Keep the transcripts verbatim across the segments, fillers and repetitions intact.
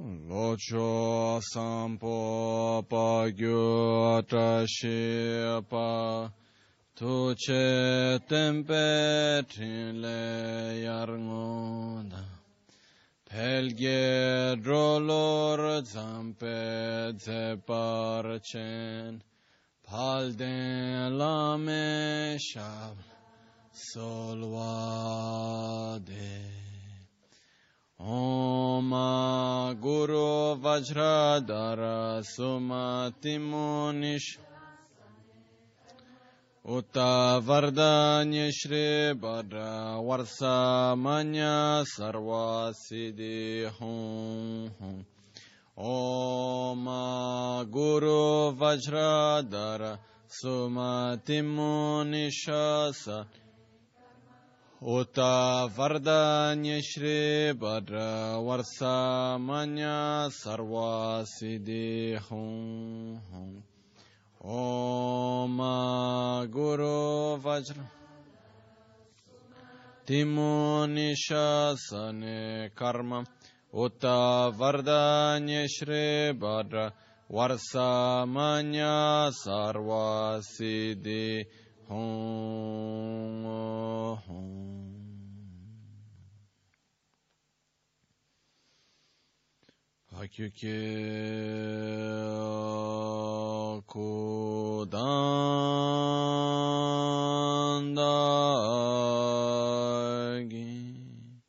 Locho sampo pa gyu trashi pa tuche tempe trinle yarngoda pelge drolor zampe zepar chen palden lame shab solvade Om Guru Vajradhara Sumati Munish Uta Vardanya Shri Bhadra Varsa Manya Sarva Siddhi Hum Hum Om Guru Vajradhara Sumati Munishasa Uta Vardanya Shri Bhadra Varsa Manya Sarva Siddhi Hum Hum Om Guru Vajra Timunishasane Karma Uta Vardanya Shri Bhadra Varsa Manya Sarva Siddhi Hum Hum Hakyuke Kudandagi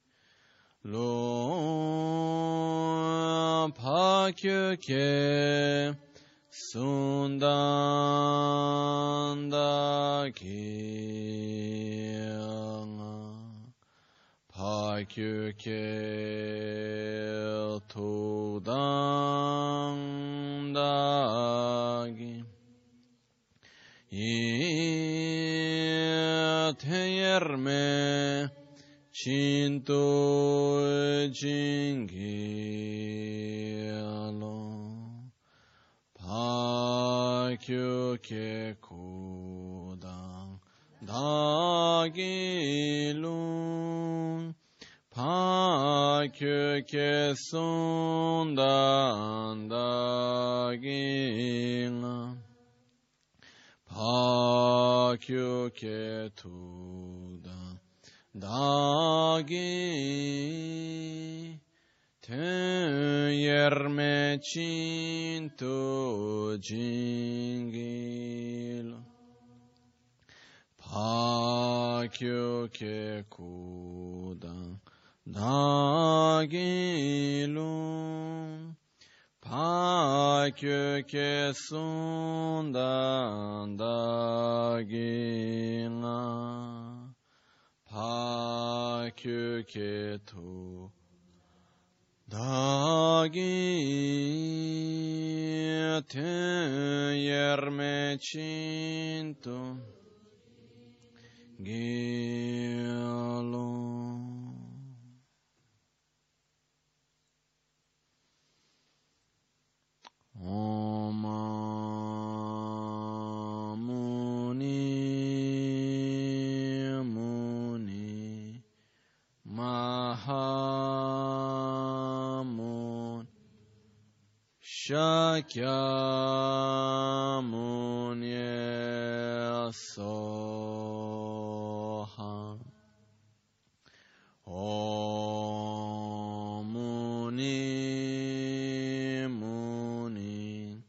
Lo Hakyuke Sundandagi Hakyuke Tudandagi Yeteyerme Chinto Jingilo Hakyuke Kudandagi Hakyuke Sundandagi Hakyuke Tudandagi Teyerme Chinto Jingilo Hakyuke Kudandagi Dagilum Pakyuke Sundandagila Pakyuke Tu Dagi Teyerme Chinto Gilo Om Muni Muni Mahamun Shakyamuni Soha Om Muni Muni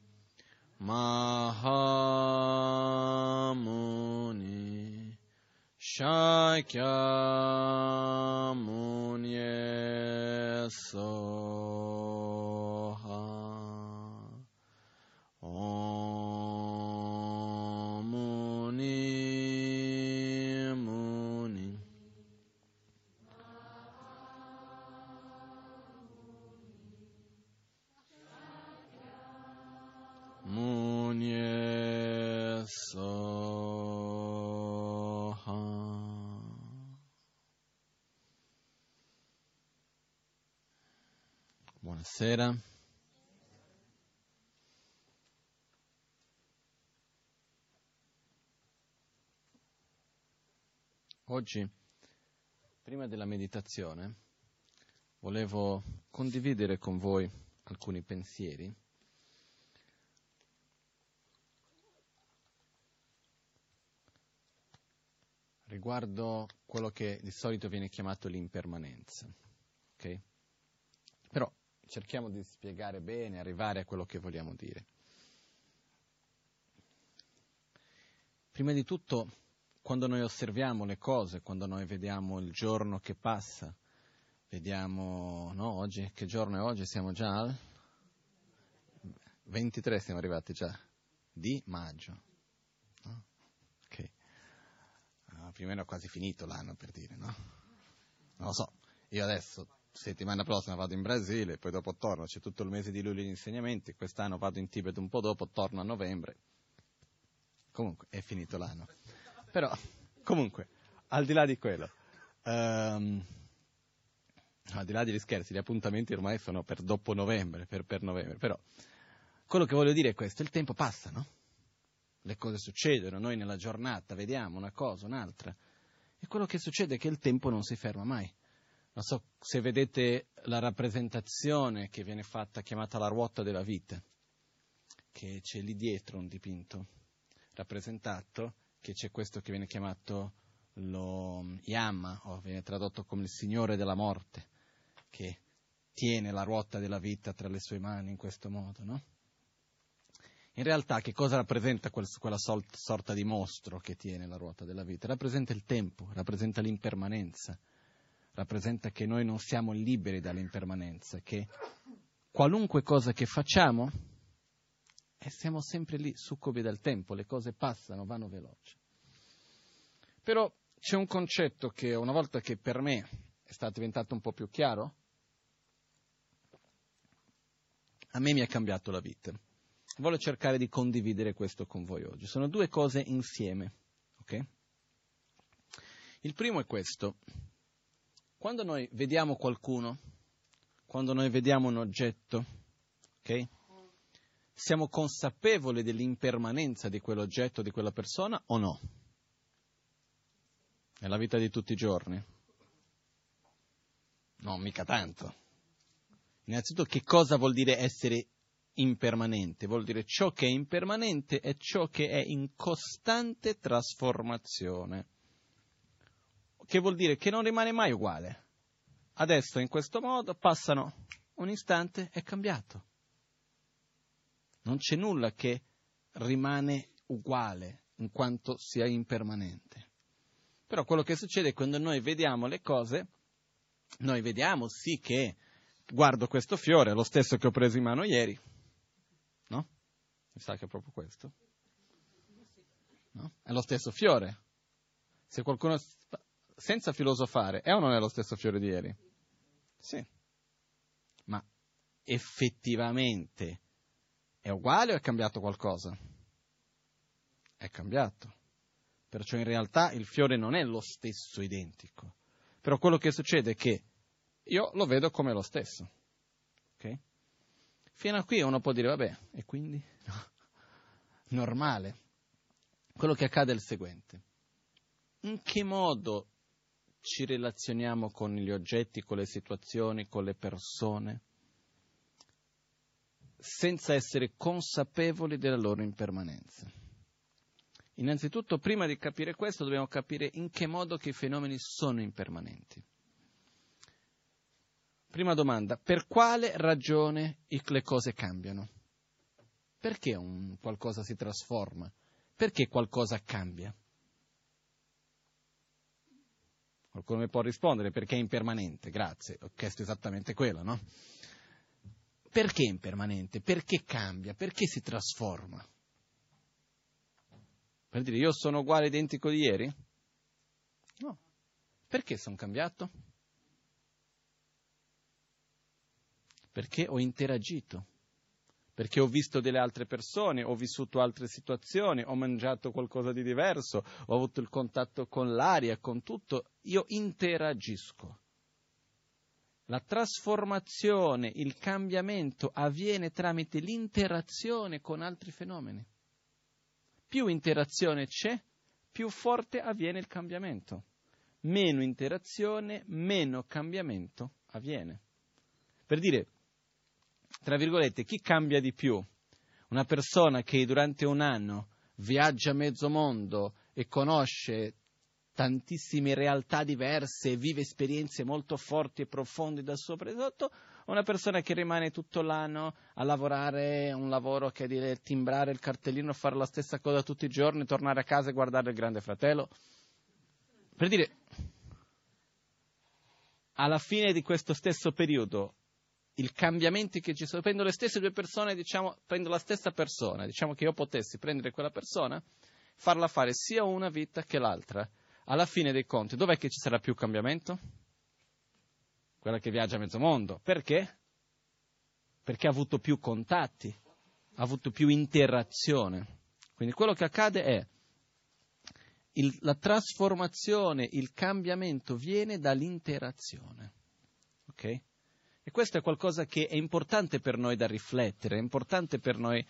Mahamuni Shakyamuni Soha Om Muni Muni Muni Soha. Buonasera. Oggi, prima della meditazione, volevo condividere con voi alcuni pensieri riguardo quello che di solito viene chiamato l'impermanenza, ok? Però cerchiamo di spiegare bene, arrivare a quello che vogliamo dire. Prima di tutto, quando noi osserviamo le cose, quando noi vediamo il giorno che passa, vediamo, no, oggi, che giorno è oggi? Siamo già al ventitré, siamo arrivati già, di maggio. No? Ok. Uh, più o meno quasi finito l'anno, per dire, no? Non lo so, io adesso, settimana prossima vado in Brasile, poi dopo torno, c'è tutto il mese di luglio di insegnamenti, quest'anno vado in Tibet un po' dopo, torno a novembre. Comunque, è finito l'anno. Però, comunque, al di là di quello, um, al di là degli scherzi, gli appuntamenti ormai sono per dopo novembre, per, per novembre, però quello che voglio dire è questo, il tempo passa, no? Le cose succedono, noi nella giornata vediamo una cosa, un'altra, e quello che succede è che il tempo non si ferma mai. Non so se vedete la rappresentazione che viene fatta, chiamata la ruota della vita, che c'è lì dietro un dipinto rappresentato, che c'è questo che viene chiamato lo Yama, o viene tradotto come il Signore della Morte, che tiene la ruota della vita tra le sue mani in questo modo, no? In realtà che cosa rappresenta quel, quella sol, sorta di mostro che tiene la ruota della vita? Rappresenta il tempo, rappresenta l'impermanenza, rappresenta che noi non siamo liberi dall'impermanenza, che qualunque cosa che facciamo, e siamo sempre lì, succubi del tempo, le cose passano, vanno veloci. Però c'è un concetto che una volta che per me è stato diventato un po' più chiaro, a me mi ha cambiato la vita. Voglio cercare di condividere questo con voi oggi. Sono due cose insieme, ok? Il primo è questo. Quando noi vediamo qualcuno, quando noi vediamo un oggetto, ok? Siamo consapevoli dell'impermanenza di quell'oggetto, di quella persona o no? Nella vita di tutti i giorni? No, mica tanto. Innanzitutto, che cosa vuol dire essere impermanente? Vuol dire ciò che è impermanente è ciò che è in costante trasformazione. Che vuol dire che non rimane mai uguale. Adesso in questo modo passano un istante, è cambiato. Non c'è nulla che rimane uguale in quanto sia impermanente. Però quello che succede è quando noi vediamo le cose, noi vediamo sì che guardo questo fiore, è lo stesso che ho preso in mano ieri, no? Mi sa che è proprio questo. No? È lo stesso fiore. Se qualcuno, senza filosofare, è o non è lo stesso fiore di ieri? Sì. Ma effettivamente è uguale o è cambiato qualcosa? È cambiato. Perciò in realtà il fiore non è lo stesso identico. Però quello che succede è che io lo vedo come lo stesso. Ok? Fino a qui uno può dire, vabbè, e quindi? No. Normale. Quello che accade è il seguente. In che modo ci relazioniamo con gli oggetti, con le situazioni, con le persone, senza essere consapevoli della loro impermanenza? Innanzitutto, prima di capire questo, dobbiamo capire in che modo che i fenomeni sono impermanenti. Prima domanda, per quale ragione le cose cambiano? Perché un qualcosa si trasforma? Perché qualcosa cambia? Qualcuno mi può rispondere perché è impermanente, grazie, ho chiesto esattamente quello, no? Perché è impermanente? Perché cambia? Perché si trasforma? Per dire, io sono uguale, identico di ieri? No. Perché sono cambiato? Perché ho interagito, perché ho visto delle altre persone, ho vissuto altre situazioni, ho mangiato qualcosa di diverso, ho avuto il contatto con l'aria, con tutto, io interagisco. La trasformazione, il cambiamento avviene tramite l'interazione con altri fenomeni. Più interazione c'è, più forte avviene il cambiamento. Meno interazione, meno cambiamento avviene. Per dire, tra virgolette, chi cambia di più? Una persona che durante un anno viaggia mezzo mondo e conosce tantissime realtà diverse, vive esperienze molto forti e profonde dal suo presotto, o una persona che rimane tutto l'anno a lavorare un lavoro che è di timbrare il cartellino, fare la stessa cosa tutti i giorni, tornare a casa e guardare il Grande Fratello? Per dire, alla fine di questo stesso periodo, i cambiamenti che ci sono, prendo le stesse due persone, diciamo, prendo la stessa persona, diciamo che io potessi prendere quella persona, farla fare sia una vita che l'altra. Alla fine dei conti, dov'è che ci sarà più cambiamento? Quella che viaggia a mezzo mondo. Perché? Perché ha avuto più contatti, ha avuto più interazione. Quindi quello che accade è il, la trasformazione, il cambiamento viene dall'interazione. Ok? E questo è qualcosa che è importante per noi da riflettere, è importante per noi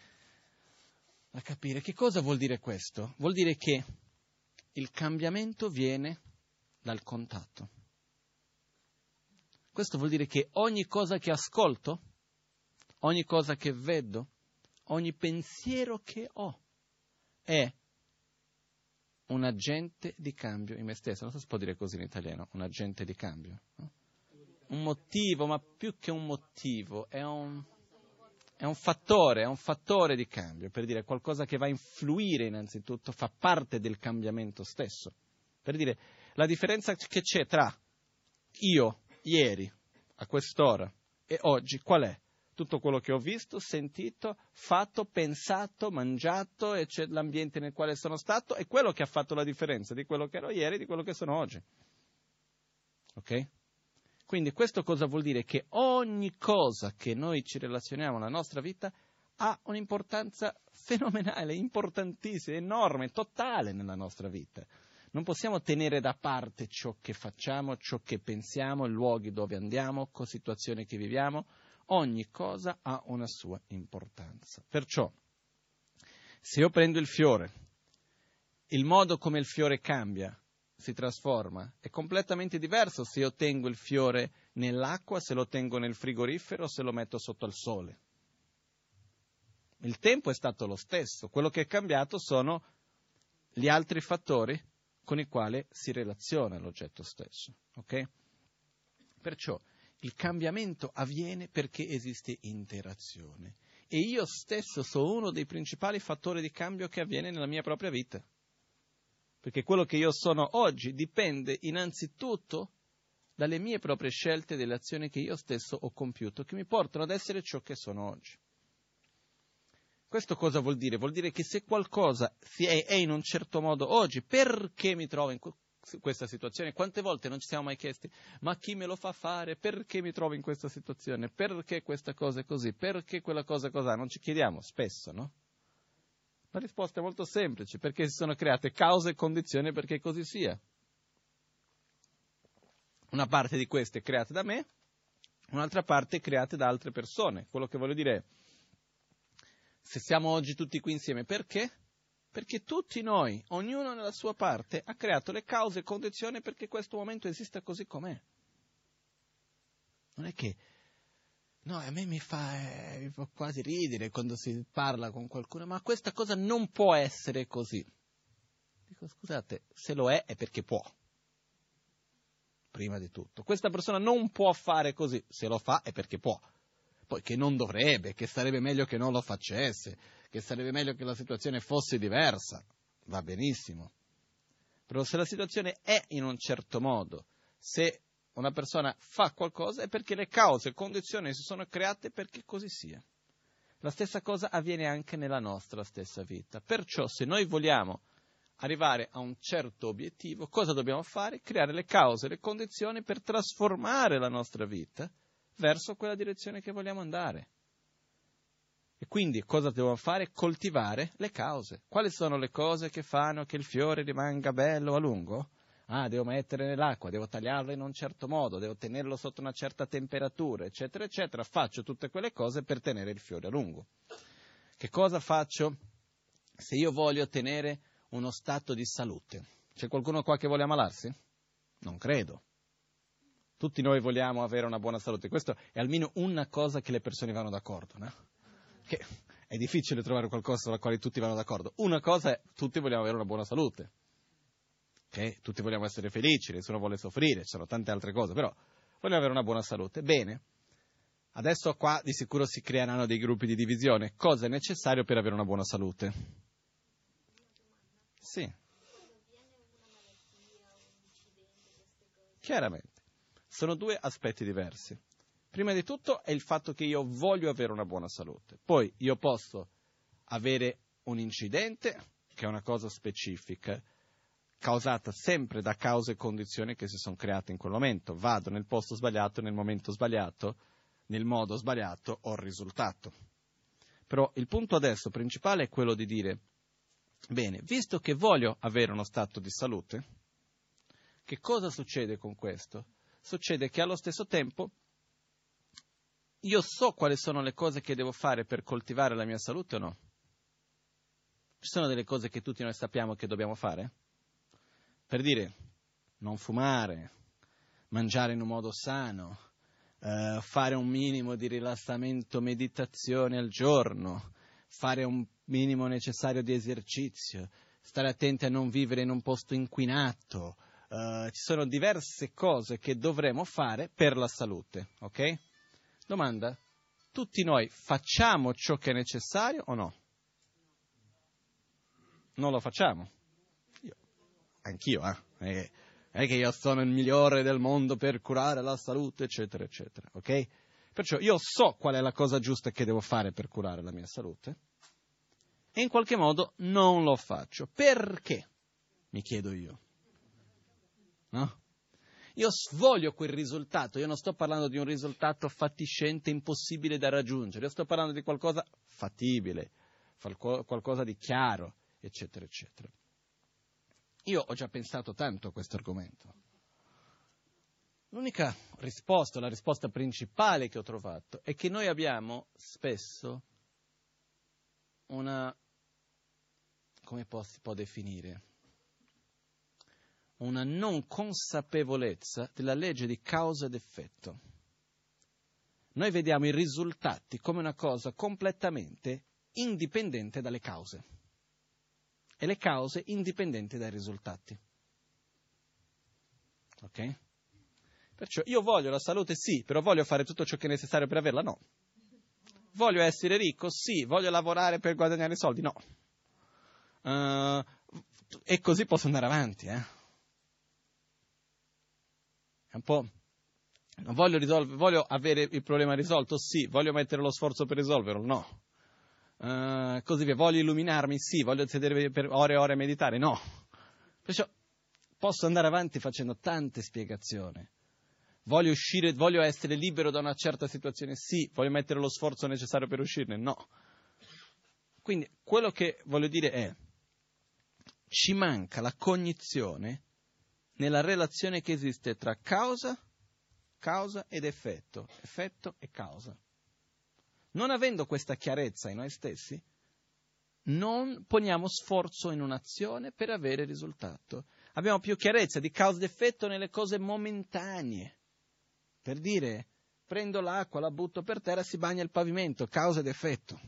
da capire. Che cosa vuol dire questo? Vuol dire che il cambiamento viene dal contatto. Questo vuol dire che ogni cosa che ascolto, ogni cosa che vedo, ogni pensiero che ho è un agente di cambio in me stesso. Non so se si può dire così in italiano, un agente di cambio. No? Un motivo, ma più che un motivo, è un, è un fattore, è un fattore di cambio, per dire qualcosa che va a influire innanzitutto, fa parte del cambiamento stesso. Per dire, la differenza che c'è tra io, ieri, a quest'ora, e oggi, qual è? Tutto quello che ho visto, sentito, fatto, pensato, mangiato, e c'è l'ambiente nel quale sono stato, è quello che ha fatto la differenza di quello che ero ieri e di quello che sono oggi. Ok? Quindi questo cosa vuol dire? Che ogni cosa che noi ci relazioniamo nella nostra vita ha un'importanza fenomenale, importantissima, enorme, totale nella nostra vita. Non possiamo tenere da parte ciò che facciamo, ciò che pensiamo, i luoghi dove andiamo, con situazioni che viviamo. Ogni cosa ha una sua importanza. Perciò, se io prendo il fiore, il modo come il fiore cambia, si trasforma, è completamente diverso se io tengo il fiore nell'acqua, se lo tengo nel frigorifero, se lo metto sotto al sole. Il tempo è stato lo stesso, quello che è cambiato sono gli altri fattori con i quali si relaziona l'oggetto stesso. Ok? Perciò il cambiamento avviene perché esiste interazione e io stesso sono uno dei principali fattori di cambio che avviene nella mia propria vita. Perché quello che io sono oggi dipende innanzitutto dalle mie proprie scelte, delle azioni che io stesso ho compiuto, che mi portano ad essere ciò che sono oggi. Questo cosa vuol dire? Vuol dire che se qualcosa è in un certo modo oggi, perché mi trovo in questa situazione? Quante volte non ci siamo mai chiesti, ma chi me lo fa fare? Perché mi trovo in questa situazione? Perché questa cosa è così? Perché quella cosa è così? Non ci chiediamo spesso, no? La risposta è molto semplice, perché si sono create cause e condizioni perché così sia. Una parte di queste è creata da me, un'altra parte è creata da altre persone. Quello che voglio dire è, se siamo oggi tutti qui insieme, perché? Perché tutti noi, ognuno nella sua parte, ha creato le cause e condizioni perché questo momento esista così com'è. Non è che... No, a me mi fa, eh, mi fa quasi ridere quando si parla con qualcuno, ma questa cosa non può essere così. Dico, scusate, se lo è è perché può, prima di tutto. Questa persona non può fare così, se lo fa è perché può. Poi che non dovrebbe, che sarebbe meglio che non lo facesse, che sarebbe meglio che la situazione fosse diversa, va benissimo. Però se la situazione è in un certo modo, se una persona fa qualcosa è perché le cause e condizioni si sono create perché così sia. La stessa cosa avviene anche nella nostra stessa vita. Perciò se noi vogliamo arrivare a un certo obiettivo, cosa dobbiamo fare? Creare le cause e le condizioni per trasformare la nostra vita verso quella direzione che vogliamo andare. E quindi cosa dobbiamo fare? Coltivare le cause. Quali sono le cose che fanno che il fiore rimanga bello a lungo? Ah, devo mettere nell'acqua, devo tagliarlo in un certo modo, devo tenerlo sotto una certa temperatura, eccetera, eccetera. Faccio tutte quelle cose per tenere il fiore a lungo. Che cosa faccio se io voglio ottenere uno stato di salute? C'è qualcuno qua che vuole ammalarsi? Non credo. Tutti noi vogliamo avere una buona salute. Questo è almeno una cosa che le persone vanno d'accordo, no? Che è difficile trovare qualcosa sulla quale tutti vanno d'accordo. Una cosa è, tutti vogliamo avere una buona salute. Okay? Tutti vogliamo essere felici, nessuno vuole soffrire, ci sono tante altre cose, però vogliamo avere una buona salute. Bene, adesso qua di sicuro si creeranno dei gruppi di divisione. Cosa è necessario per avere una buona salute? Sì. Chiaramente. Sono due aspetti diversi. Prima di tutto è il fatto che io voglio avere una buona salute. Poi io posso avere un incidente, che è una cosa specifica, causata sempre da cause e condizioni che si sono create in quel momento. Vado nel posto sbagliato, nel momento sbagliato, nel modo sbagliato, ho il risultato. Però il punto adesso principale è quello di dire, bene, visto che voglio avere uno stato di salute, che cosa succede con questo? Succede che allo stesso tempo io so quali sono le cose che devo fare per coltivare la mia salute o no? Ci sono delle cose che tutti noi sappiamo che dobbiamo fare? Per dire, non fumare, mangiare in un modo sano, eh, fare un minimo di rilassamento, meditazione al giorno, fare un minimo necessario di esercizio, stare attenti a non vivere in un posto inquinato. Eh, ci sono diverse cose che dovremo fare per la salute, ok? Domanda, tutti noi facciamo ciò che è necessario o no? Non lo facciamo? Io. Anch'io, eh? Non è che io sono il migliore del mondo per curare la salute, eccetera, eccetera, ok? Perciò io so qual è la cosa giusta che devo fare per curare la mia salute e in qualche modo non lo faccio. Perché? Mi chiedo io. No? Io voglio quel risultato, io non sto parlando di un risultato fatiscente, impossibile da raggiungere, io sto parlando di qualcosa fattibile, qualcosa di chiaro, eccetera, eccetera. Io ho già pensato tanto a questo argomento. L'unica risposta, la risposta principale che ho trovato, è che noi abbiamo spesso una, come si può definire? Una non consapevolezza della legge di causa ed effetto. Noi vediamo i risultati come una cosa completamente indipendente dalle cause e le cause indipendenti dai risultati. Ok? Perciò io voglio la salute, sì, però voglio fare tutto ciò che è necessario per averla? No. Voglio essere ricco? Sì. Voglio lavorare per guadagnare soldi? No. Uh, e così posso andare avanti, eh? È un po'. Non voglio risolvere, voglio avere il problema risolto? Sì. Voglio mettere lo sforzo per risolverlo? No. Uh, così via. Voglio illuminarmi? Sì. Voglio sedere per ore e ore a meditare? No. Perciò posso andare avanti facendo tante spiegazioni. Voglio uscire, voglio essere libero da una certa situazione? Sì. Voglio mettere lo sforzo necessario per uscirne? No. Quindi quello che voglio dire è, ci manca la cognizione nella relazione che esiste tra causa, causa ed effetto, effetto e causa. Non avendo questa chiarezza in noi stessi, non poniamo sforzo in un'azione per avere risultato. Abbiamo più chiarezza di causa ed effetto nelle cose momentanee. Per dire, prendo l'acqua, la butto per terra, si bagna il pavimento, causa ed effetto.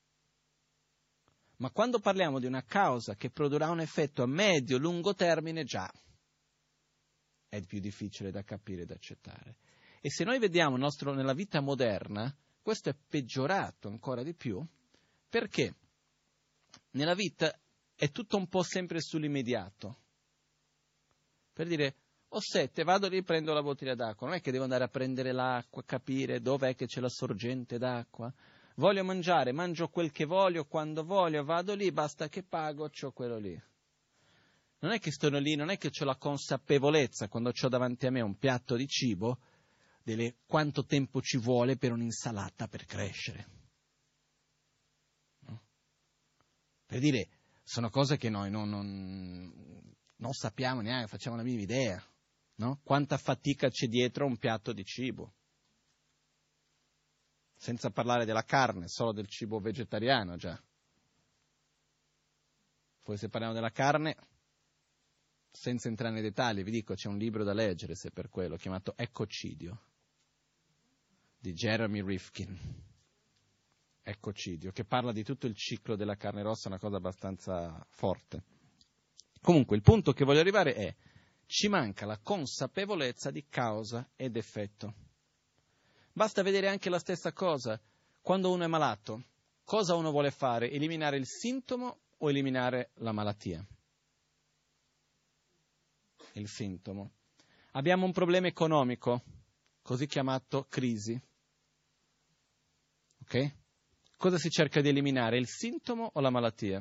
Ma quando parliamo di una causa che produrrà un effetto a medio-lungo termine, già è più difficile da capire e da accettare. E se noi vediamo il nostro, nella vita moderna, questo è peggiorato ancora di più, perché nella vita è tutto un po' sempre sull'immediato. Per dire, ho sette, vado lì e prendo la bottiglia d'acqua, non è che devo andare a prendere l'acqua, capire dov'è che c'è la sorgente d'acqua. Voglio mangiare, mangio quel che voglio, quando voglio, vado lì, basta che pago, c'ho quello lì. Non è che sto lì, non è che ho la consapevolezza, quando ho davanti a me un piatto di cibo, delle quanto tempo ci vuole per un'insalata per crescere. No? Per dire, sono cose che noi non, non, non sappiamo neanche, facciamo la minima idea. No? Quanta fatica c'è dietro a un piatto di cibo. Senza parlare della carne, solo del cibo vegetariano già. Poi se parliamo della carne, senza entrare nei dettagli, vi dico, c'è un libro da leggere, se per quello, chiamato Ecocidio, di Jeremy Rifkin. Ecocidio, che parla di tutto il ciclo della carne rossa, una cosa abbastanza forte. Comunque, il punto che voglio arrivare è, ci manca la consapevolezza di causa ed effetto. Basta vedere anche la stessa cosa. Quando uno è malato, cosa uno vuole fare? Eliminare il sintomo o eliminare la malattia? Il sintomo. Abbiamo un problema economico, così chiamato crisi. Ok? Cosa si cerca di eliminare? Il sintomo o la malattia?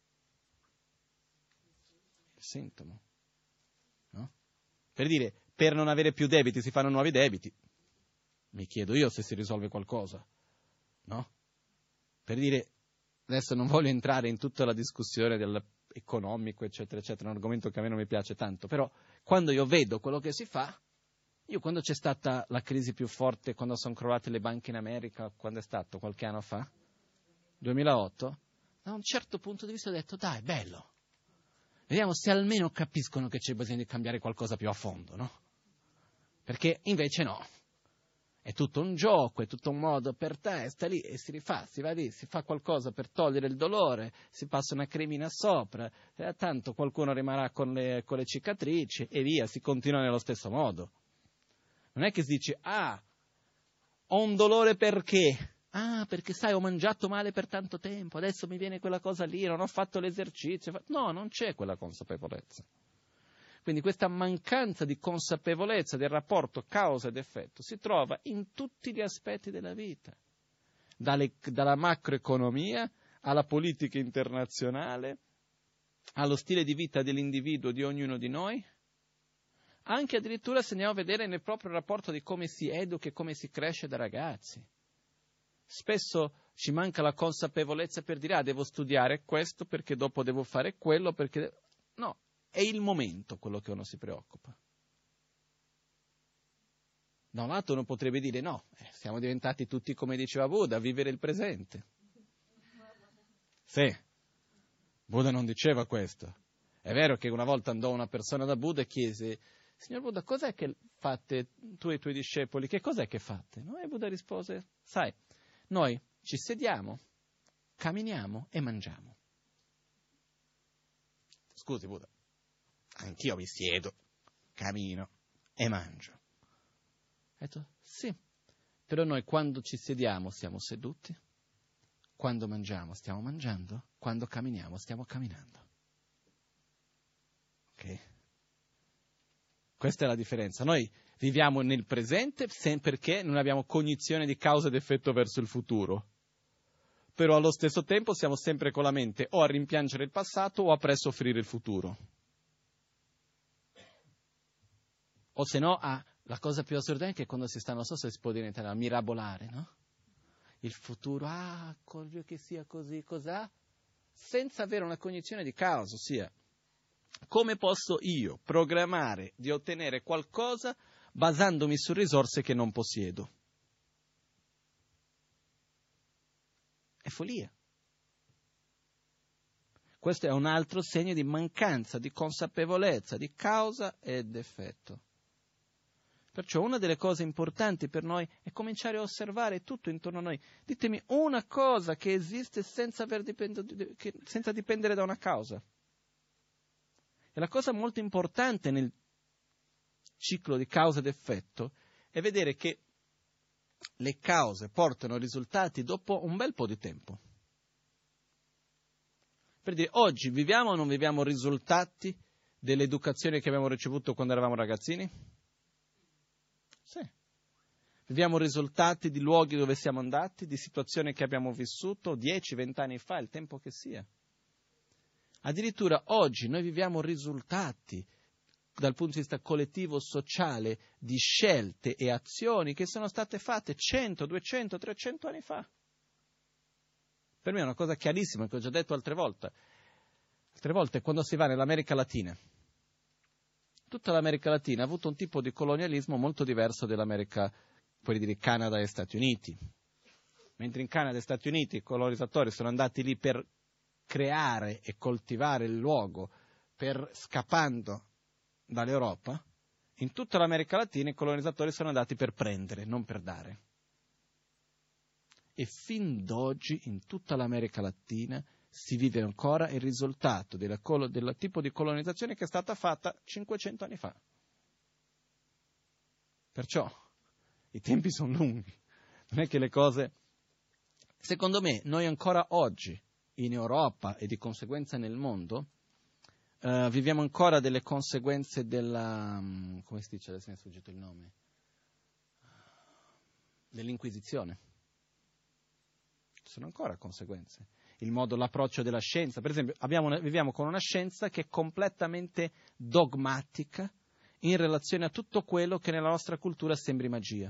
Il sintomo. No? Per dire, per non avere più debiti si fanno nuovi debiti. Mi chiedo io se si risolve qualcosa. No? Per dire, adesso non voglio entrare in tutta la discussione dell'economico, eccetera, eccetera, è un argomento che a me non mi piace tanto, però quando io vedo quello che si fa, io quando c'è stata la crisi più forte, quando sono crollate le banche in America, quando è stato? Qualche anno fa? duemilaotto? Da un certo punto di vista ho detto, dai, bello, vediamo se almeno capiscono che c'è bisogno di cambiare qualcosa più a fondo, no? Perché invece no. È tutto un gioco, è tutto un modo per te, sta lì e si rifà, si va lì, si fa qualcosa per togliere il dolore, si passa una cremina sopra, e tanto qualcuno rimarrà con le, con le cicatrici e via, si continua nello stesso modo. Non è che si dice, ah, ho un dolore perché? Ah, perché sai, ho mangiato male per tanto tempo, adesso mi viene quella cosa lì, non ho fatto l'esercizio. No, non c'è quella consapevolezza. Quindi questa mancanza di consapevolezza del rapporto causa ed effetto si trova in tutti gli aspetti della vita, dalle, dalla macroeconomia alla politica internazionale, allo stile di vita dell'individuo, di ognuno di noi, anche addirittura se andiamo a vedere nel proprio rapporto di come si educa e come si cresce da ragazzi. Spesso ci manca la consapevolezza per dire, ah, devo studiare questo perché dopo devo fare quello, perché... No. È il momento quello che uno si preoccupa. Da un lato uno potrebbe dire no, eh, siamo diventati tutti, come diceva Buddha, a vivere il presente. Sì, Buddha non diceva questo. È vero che una volta andò una persona da Buddha e chiese, signor Buddha, cos'è che fate tu e i tuoi discepoli? Che cos'è che fate? No? E Buddha rispose, sai, noi ci sediamo, camminiamo e mangiamo. Scusi Buddha. Anch'io mi siedo, cammino e mangio. Ho detto, sì, però noi quando ci sediamo stiamo seduti, quando mangiamo stiamo mangiando, quando camminiamo stiamo camminando. Ok? Questa è la differenza. Noi viviamo nel presente perché non abbiamo cognizione di causa ed effetto verso il futuro. Però allo stesso tempo siamo sempre con la mente o a rimpiangere il passato o a presoffrire il futuro. O se no, ah, la cosa più assurda è che quando si sta, non so se si può diventare, a mirabolare, no? Il futuro, ah, voglio che sia così, cos'ha? Senza avere una cognizione di causa, ossia, come posso io programmare di ottenere qualcosa basandomi su risorse che non possiedo? È follia. Questo è un altro segno di mancanza di consapevolezza di causa ed effetto. Perciò una delle cose importanti per noi è cominciare a osservare tutto intorno a noi. Ditemi una cosa che esiste senza, aver dipend- che, senza dipendere da una causa. E la cosa molto importante nel ciclo di causa ed effetto è vedere che le cause portano risultati dopo un bel po' di tempo. Per dire, oggi viviamo o non viviamo risultati dell'educazione che abbiamo ricevuto quando eravamo ragazzini? Sì. Viviamo risultati di luoghi dove siamo andati, di situazioni che abbiamo vissuto dieci, venti anni fa, il tempo che sia. Addirittura oggi noi viviamo risultati dal punto di vista collettivo, sociale, di scelte e azioni che sono state fatte cento, duecento, trecento anni fa. Per me è una cosa chiarissima che ho già detto altre volte. Altre volte quando si va nell'America Latina. Tutta l'America Latina ha avuto un tipo di colonialismo molto diverso dell'America, puoi dire, Canada e Stati Uniti. Mentre in Canada e Stati Uniti i colonizzatori sono andati lì per creare e coltivare il luogo, per scappando dall'Europa, in tutta l'America Latina i colonizzatori sono andati per prendere, non per dare. E fin d'oggi in tutta l'America Latina si vive ancora il risultato della colo- del tipo di colonizzazione che è stata fatta cinquecento anni fa. Perciò i tempi sono lunghi, non è che le cose... Secondo me noi ancora oggi in Europa e di conseguenza nel mondo uh, viviamo ancora delle conseguenze della... Um, come si dice? Adesso mi è sfuggito il nome. Dell'Inquisizione. Ci sono ancora conseguenze. Il modo, l'approccio della scienza. Per esempio, abbiamo una, viviamo con una scienza che è completamente dogmatica in relazione a tutto quello che nella nostra cultura sembri magia.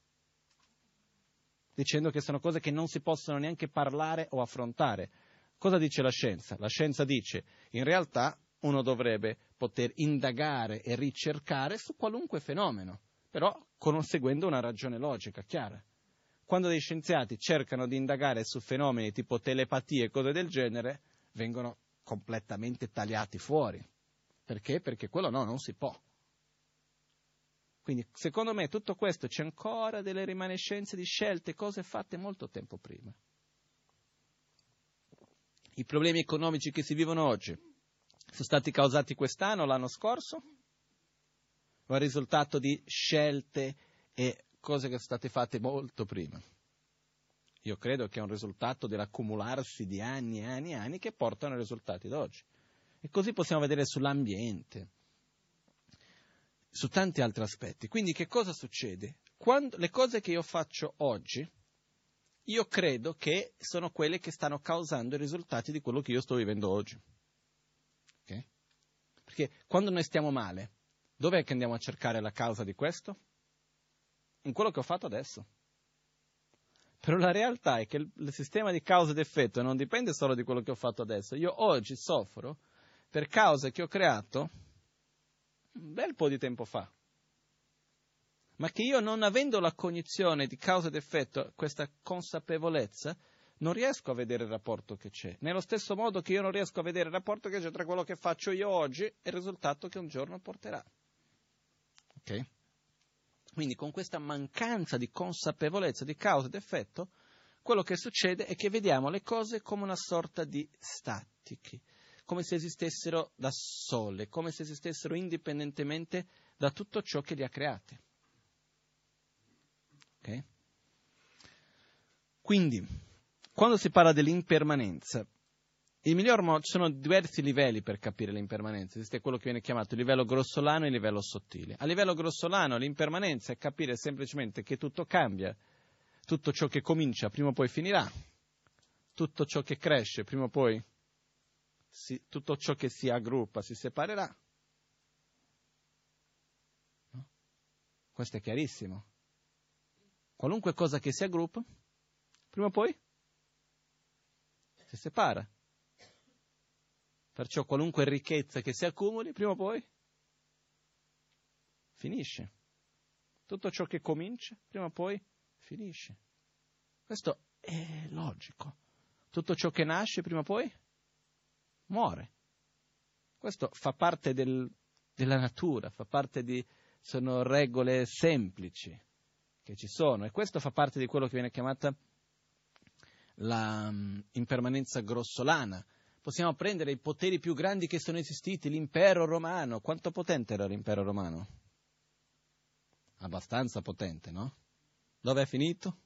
Dicendo che sono cose che non si possono neanche parlare o affrontare. Cosa dice la scienza? La scienza dice, in realtà uno dovrebbe poter indagare e ricercare su qualunque fenomeno, però seguendo una ragione logica, chiara. Quando dei scienziati cercano di indagare su fenomeni tipo telepatie e cose del genere, vengono completamente tagliati fuori. Perché? Perché quello no, non si può. Quindi, secondo me, tutto questo c'è ancora delle rimanescenze di scelte, cose fatte molto tempo prima. I problemi economici che si vivono oggi sono stati causati quest'anno o l'anno scorso? O è il risultato di scelte e cose che sono state fatte molto prima? Io credo che è un risultato dell'accumularsi di anni e anni e anni che portano ai risultati d'oggi. E così possiamo vedere sull'ambiente, su tanti altri aspetti. Quindi che cosa succede? Quando, le cose che io faccio oggi, io credo che sono quelle che stanno causando i risultati di quello che io sto vivendo oggi. Okay? Perché quando noi stiamo male, dov'è che andiamo a cercare la causa di questo? In quello che ho fatto adesso. Però la realtà è che il, il sistema di causa ed effetto non dipende solo di quello che ho fatto adesso. Io oggi soffro per cause che ho creato un bel po' di tempo fa. Ma che io, non avendo la cognizione di causa ed effetto, questa consapevolezza, non riesco a vedere il rapporto che c'è. Nello stesso modo che io non riesco a vedere il rapporto che c'è tra quello che faccio io oggi e il risultato che un giorno porterà. Ok? Quindi con questa mancanza di consapevolezza di causa ed effetto, quello che succede è che vediamo le cose come una sorta di statiche, come se esistessero da sole, come se esistessero indipendentemente da tutto ciò che li ha create. Okay? Quindi, quando si parla dell'impermanenza, il miglior modo, ci sono diversi livelli per capire l'impermanenza. Esiste quello che viene chiamato il livello grossolano e il livello sottile. A livello grossolano l'impermanenza è capire semplicemente che tutto cambia, tutto ciò che comincia prima o poi finirà, tutto ciò che cresce prima o poi, si, tutto ciò che si aggruppa si separerà. No? Questo è chiarissimo. Qualunque cosa che si aggruppa, prima o poi si separa. Perciò qualunque ricchezza che si accumuli, prima o poi finisce. Tutto ciò che comincia, prima o poi finisce. Questo è logico. Tutto ciò che nasce, prima o poi muore. Questo fa parte del, della natura, fa parte di, sono regole semplici che ci sono. E questo fa parte di quello che viene chiamata la um, impermanenza grossolana. Possiamo prendere i poteri più grandi che sono esistiti, l'impero romano. Quanto potente era l'impero romano? Abbastanza potente, no? Dove è finito?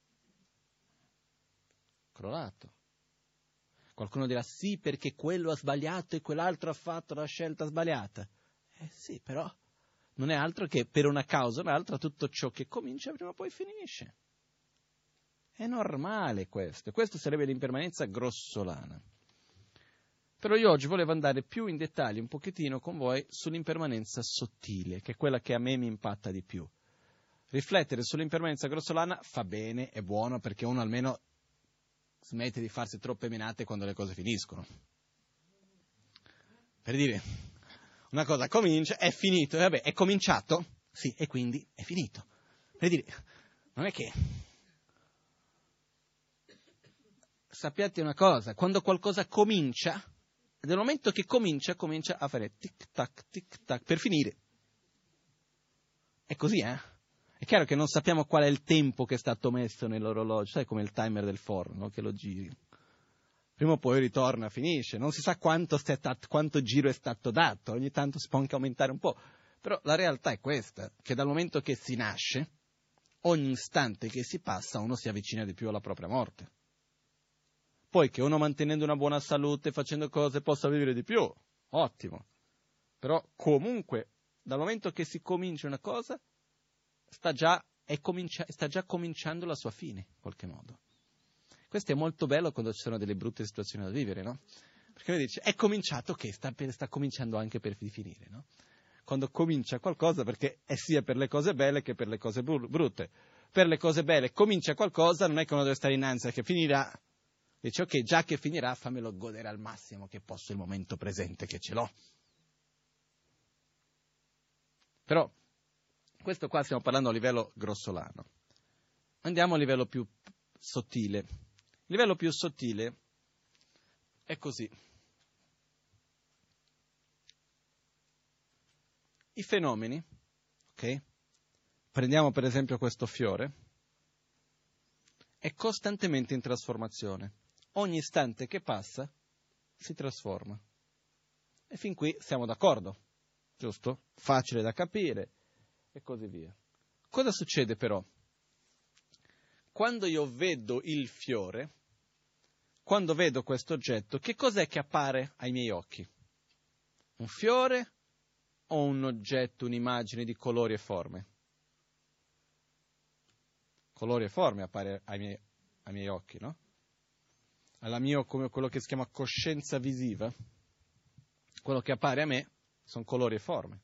Crollato. Qualcuno dirà sì perché quello ha sbagliato e quell'altro ha fatto la scelta sbagliata. Eh sì, però non è altro che per una causa o un'altra tutto ciò che comincia prima o poi finisce. È normale questo. Questo sarebbe l'impermanenza grossolana. Però io oggi volevo andare più in dettaglio un pochettino con voi sull'impermanenza sottile, che è quella che a me mi impatta di più. Riflettere sull'impermanenza grossolana fa bene, è buono, perché uno almeno smette di farsi troppe menate quando le cose finiscono. Per dire, una cosa comincia, è finito, e vabbè, è cominciato? Sì, e quindi è finito. Per dire, non è che... Sappiate una cosa, quando qualcosa comincia, E nel momento che comincia, comincia a fare tic-tac, tic-tac, per finire. È così, eh? È chiaro che non sappiamo qual è il tempo che è stato messo nell'orologio, sai come il timer del forno, che lo giri. Prima o poi ritorna, finisce, non si sa quanto, stato, quanto giro è stato dato, ogni tanto si può anche aumentare un po'. Però la realtà è questa, che dal momento che si nasce, ogni istante che si passa uno si avvicina di più alla propria morte. Poi che uno mantenendo una buona salute, facendo cose, possa vivere di più, ottimo. Però comunque, dal momento che si comincia una cosa, sta già, è comincia, sta già cominciando la sua fine, in qualche modo. Questo è molto bello quando ci sono delle brutte situazioni da vivere, no? Perché uno dice, è cominciato che sta, per, sta cominciando anche per finire, no? Quando comincia qualcosa, perché è sia per le cose belle che per le cose brutte. Per le cose belle comincia qualcosa, non è che uno deve stare in ansia che finirà. Dice, ok, già che finirà, fammelo godere al massimo che posso il momento presente che ce l'ho. Però, questo qua stiamo parlando a livello grossolano. Andiamo a livello più sottile. Il livello più sottile è così. I fenomeni, ok? Prendiamo per esempio questo fiore, è costantemente in trasformazione. Ogni istante che passa si trasforma. E fin qui siamo d'accordo, giusto? Facile da capire e così via. Cosa succede però? Quando io vedo il fiore, quando vedo questo oggetto, che cos'è che appare ai miei occhi? Un fiore o un oggetto, un'immagine di colori e forme? Colori e forme appare ai miei, ai miei occhi, no? Alla mio, come quello che si chiama coscienza visiva, quello che appare a me sono colori e forme.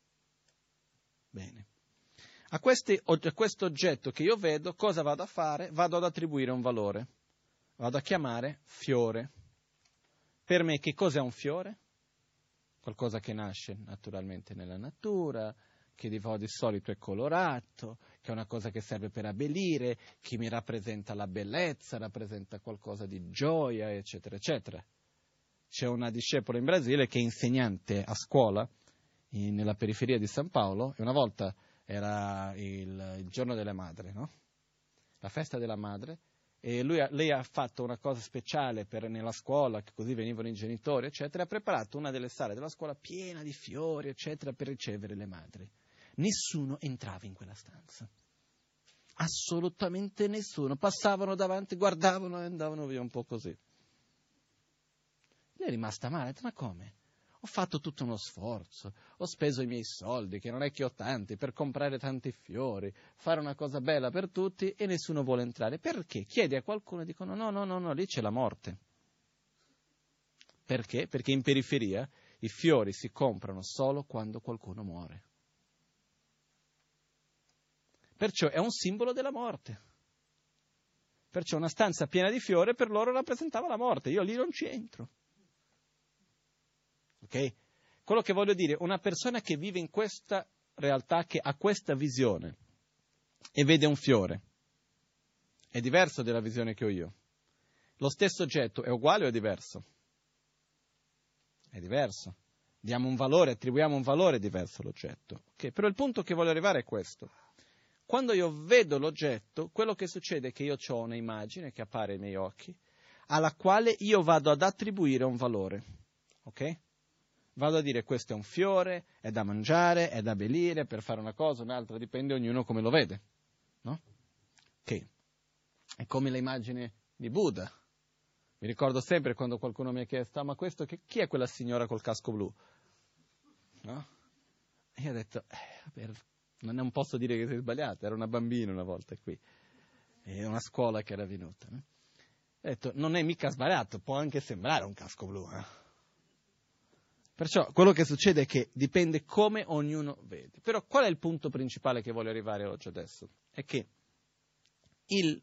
Bene. A, questi, a questo oggetto che io vedo, cosa vado a fare? Vado ad attribuire un valore. Vado a chiamare fiore. Per me che cos'è un fiore? Qualcosa che nasce naturalmente nella natura, che di solito è colorato, che è una cosa che serve per abbellire, che mi rappresenta la bellezza, rappresenta qualcosa di gioia, eccetera, eccetera. C'è una discepola in Brasile che è insegnante a scuola, in, nella periferia di San Paolo, e una volta era il, il giorno della madre, no? La festa della madre, e lui, lei ha fatto una cosa speciale per, nella scuola, che così venivano i genitori, eccetera, ha preparato una delle sale della scuola piena di fiori, eccetera, per ricevere le madri. Nessuno entrava in quella stanza. Assolutamente nessuno. Passavano davanti, guardavano e andavano via un po' così. Lei è rimasta male, ha detto, ma come? Ho fatto tutto uno sforzo, ho speso i miei soldi, che non è che ho tanti, per comprare tanti fiori, fare una cosa bella per tutti e nessuno vuole entrare. Perché? Chiedi a qualcuno e dicono no, no, no, no, lì c'è la morte. Perché? Perché in periferia i fiori si comprano solo quando qualcuno muore. Perciò è un simbolo della morte. Perciò una stanza piena di fiori per loro rappresentava la morte. Io lì non ci entro. Ok? Quello che voglio dire, una persona che vive in questa realtà, che ha questa visione e vede un fiore, è diverso dalla visione che ho io. Lo stesso oggetto è uguale o è diverso? È diverso. Diamo un valore, attribuiamo un valore diverso all'oggetto. Okay? Però il punto che voglio arrivare è questo. Quando io vedo l'oggetto, quello che succede è che io ho un'immagine che appare ai miei occhi, alla quale io vado ad attribuire un valore. Ok? Vado a dire questo è un fiore, è da mangiare, è da abbellire, per fare una cosa o un'altra, dipende ognuno come lo vede. No? Ok. È come l'immagine di Buddha. Mi ricordo sempre quando qualcuno mi ha chiesto, ah, ma questo che, chi è quella signora col casco blu? No? E io ho detto, eh, per... non posso dire che sei sbagliato, era una bambina una volta qui, è una scuola che era venuta. No? Ho detto, non è mica sbagliato, può anche sembrare un casco blu. Eh? Perciò quello che succede è che dipende come ognuno vede. Però qual è il punto principale che voglio arrivare oggi adesso? È che il,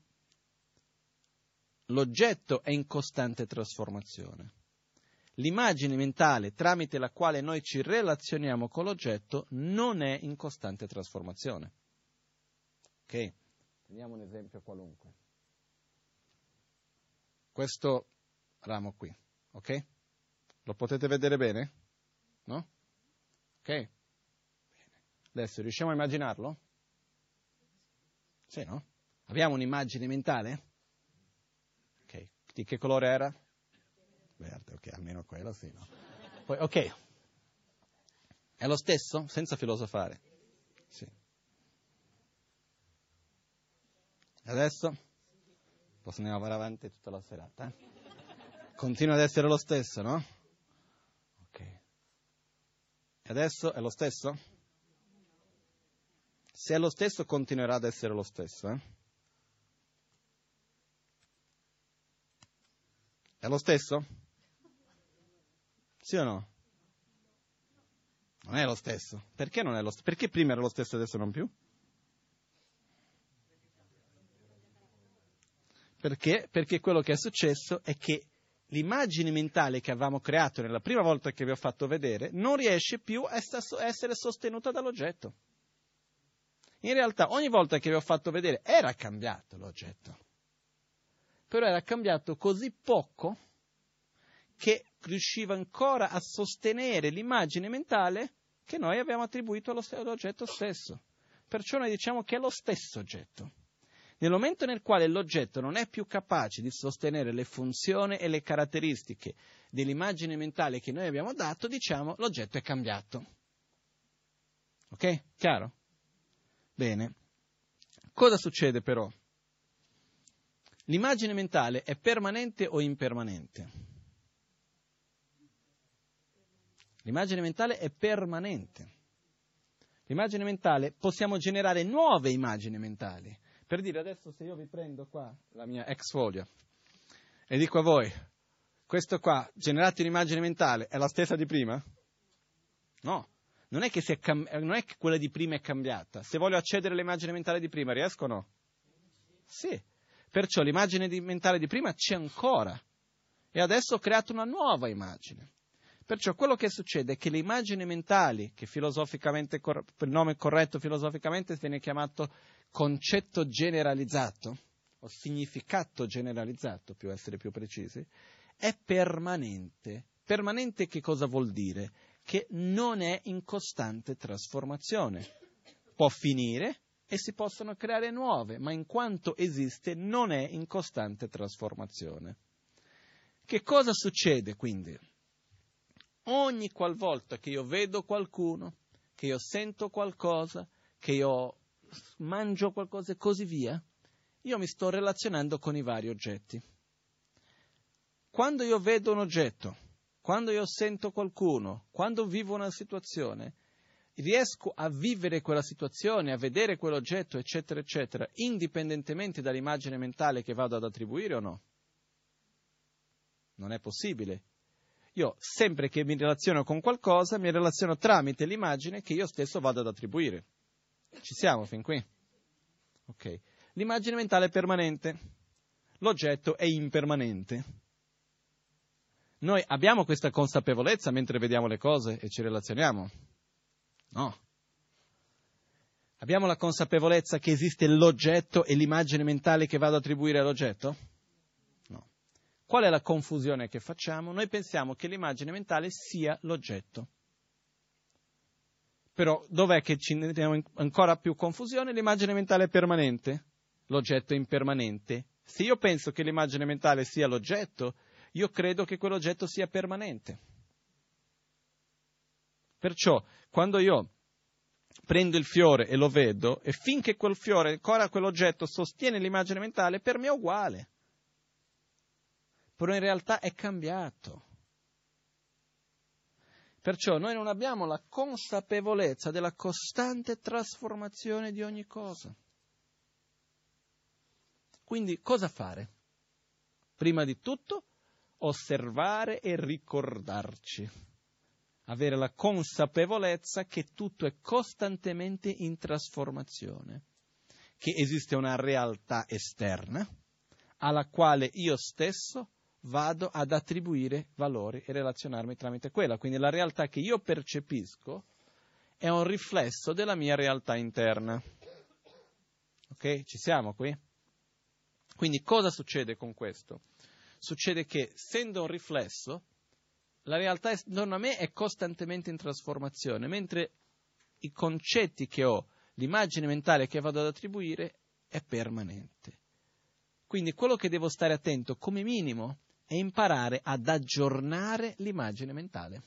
l'oggetto è in costante trasformazione. L'immagine mentale tramite la quale noi ci relazioniamo con l'oggetto non è in costante trasformazione. Ok? Prendiamo un esempio qualunque. Questo ramo qui, ok? Lo potete vedere bene? No? Ok? Bene. Adesso riusciamo a immaginarlo? Sì, no? Abbiamo un'immagine mentale? Ok. Di che colore era? Verde, ok, almeno quello sì, no? Poi, ok. È lo stesso? Senza filosofare. Sì. Adesso? Possiamo andare avanti tutta la serata. Eh? Continua ad essere lo stesso, no? Ok. E adesso è lo stesso? Se è lo stesso, continuerà ad essere lo stesso, eh? È lo stesso? Sì o no? Non è lo stesso. Perché non è lo stesso? Perché prima era lo stesso e adesso non più? Perché? Perché quello che è successo è che l'immagine mentale che avevamo creato nella prima volta che vi ho fatto vedere non riesce più a essere sostenuta dall'oggetto. In realtà ogni volta che vi ho fatto vedere era cambiato l'oggetto, però era cambiato così poco che riusciva ancora a sostenere l'immagine mentale che noi abbiamo attribuito allo, all'oggetto stesso. Perciò noi diciamo che è lo stesso oggetto. Nel momento nel quale l'oggetto non è più capace di sostenere le funzioni e le caratteristiche dell'immagine mentale che noi abbiamo dato, diciamo l'oggetto è cambiato. Ok? Chiaro? Bene. Cosa succede però? L'immagine mentale è permanente o impermanente? L'immagine mentale è permanente. L'immagine mentale, possiamo generare nuove immagini mentali. Per dire, adesso se io vi prendo qua la mia ex foglia e dico a voi, questo qua, generate un'immagine mentale, è la stessa di prima? No, non è che, si è cam- non è che quella di prima è cambiata. Se voglio accedere all'immagine mentale di prima, riesco o no? Sì, perciò l'immagine di- mentale di prima c'è ancora e adesso ho creato una nuova immagine. Perciò quello che succede è che le immagini mentali, che filosoficamente, cor- il nome corretto filosoficamente viene chiamato concetto generalizzato, o significato generalizzato, più essere più precisi, è permanente. Permanente che cosa vuol dire? Che non è in costante trasformazione. Può finire e si possono creare nuove, ma in quanto esiste non è in costante trasformazione. Che cosa succede quindi? Ogni qualvolta che io vedo qualcuno, che io sento qualcosa, che io mangio qualcosa e così via, io mi sto relazionando con i vari oggetti. Quando io vedo un oggetto, quando io sento qualcuno, quando vivo una situazione, riesco a vivere quella situazione, a vedere quell'oggetto, eccetera, eccetera, indipendentemente dall'immagine mentale che vado ad attribuire o no? Non è possibile. Io, sempre che mi relaziono con qualcosa, mi relaziono tramite l'immagine che io stesso vado ad attribuire. Ci siamo fin qui? Ok. L'immagine mentale è permanente, l'oggetto è impermanente. Noi abbiamo questa consapevolezza mentre vediamo le cose e ci relazioniamo? No. Abbiamo la consapevolezza che esiste l'oggetto e l'immagine mentale che vado ad attribuire all'oggetto? No. Qual è la confusione che facciamo? Noi pensiamo che l'immagine mentale sia l'oggetto. Però dov'è che ci mettiamo ancora più confusione? L'immagine mentale è permanente, l'oggetto è impermanente. Se io penso che l'immagine mentale sia l'oggetto, io credo che quell'oggetto sia permanente. Perciò, quando io prendo il fiore e lo vedo, e finché quel fiore, ancora quell'oggetto sostiene l'immagine mentale, per me è uguale. Però in realtà è cambiato. Perciò noi non abbiamo la consapevolezza della costante trasformazione di ogni cosa. Quindi cosa fare? Prima di tutto, osservare e ricordarci. Avere la consapevolezza che tutto è costantemente in trasformazione, che esiste una realtà esterna alla quale io stesso vado ad attribuire valori e relazionarmi tramite quella. Quindi la realtà che io percepisco è un riflesso della mia realtà interna. Ok? Ci siamo qui? Quindi cosa succede con questo? Succede che, essendo un riflesso, la realtà intorno a me è costantemente in trasformazione, mentre i concetti che ho, l'immagine mentale che vado ad attribuire è permanente. Quindi quello che devo stare attento come minimo è imparare ad aggiornare l'immagine mentale.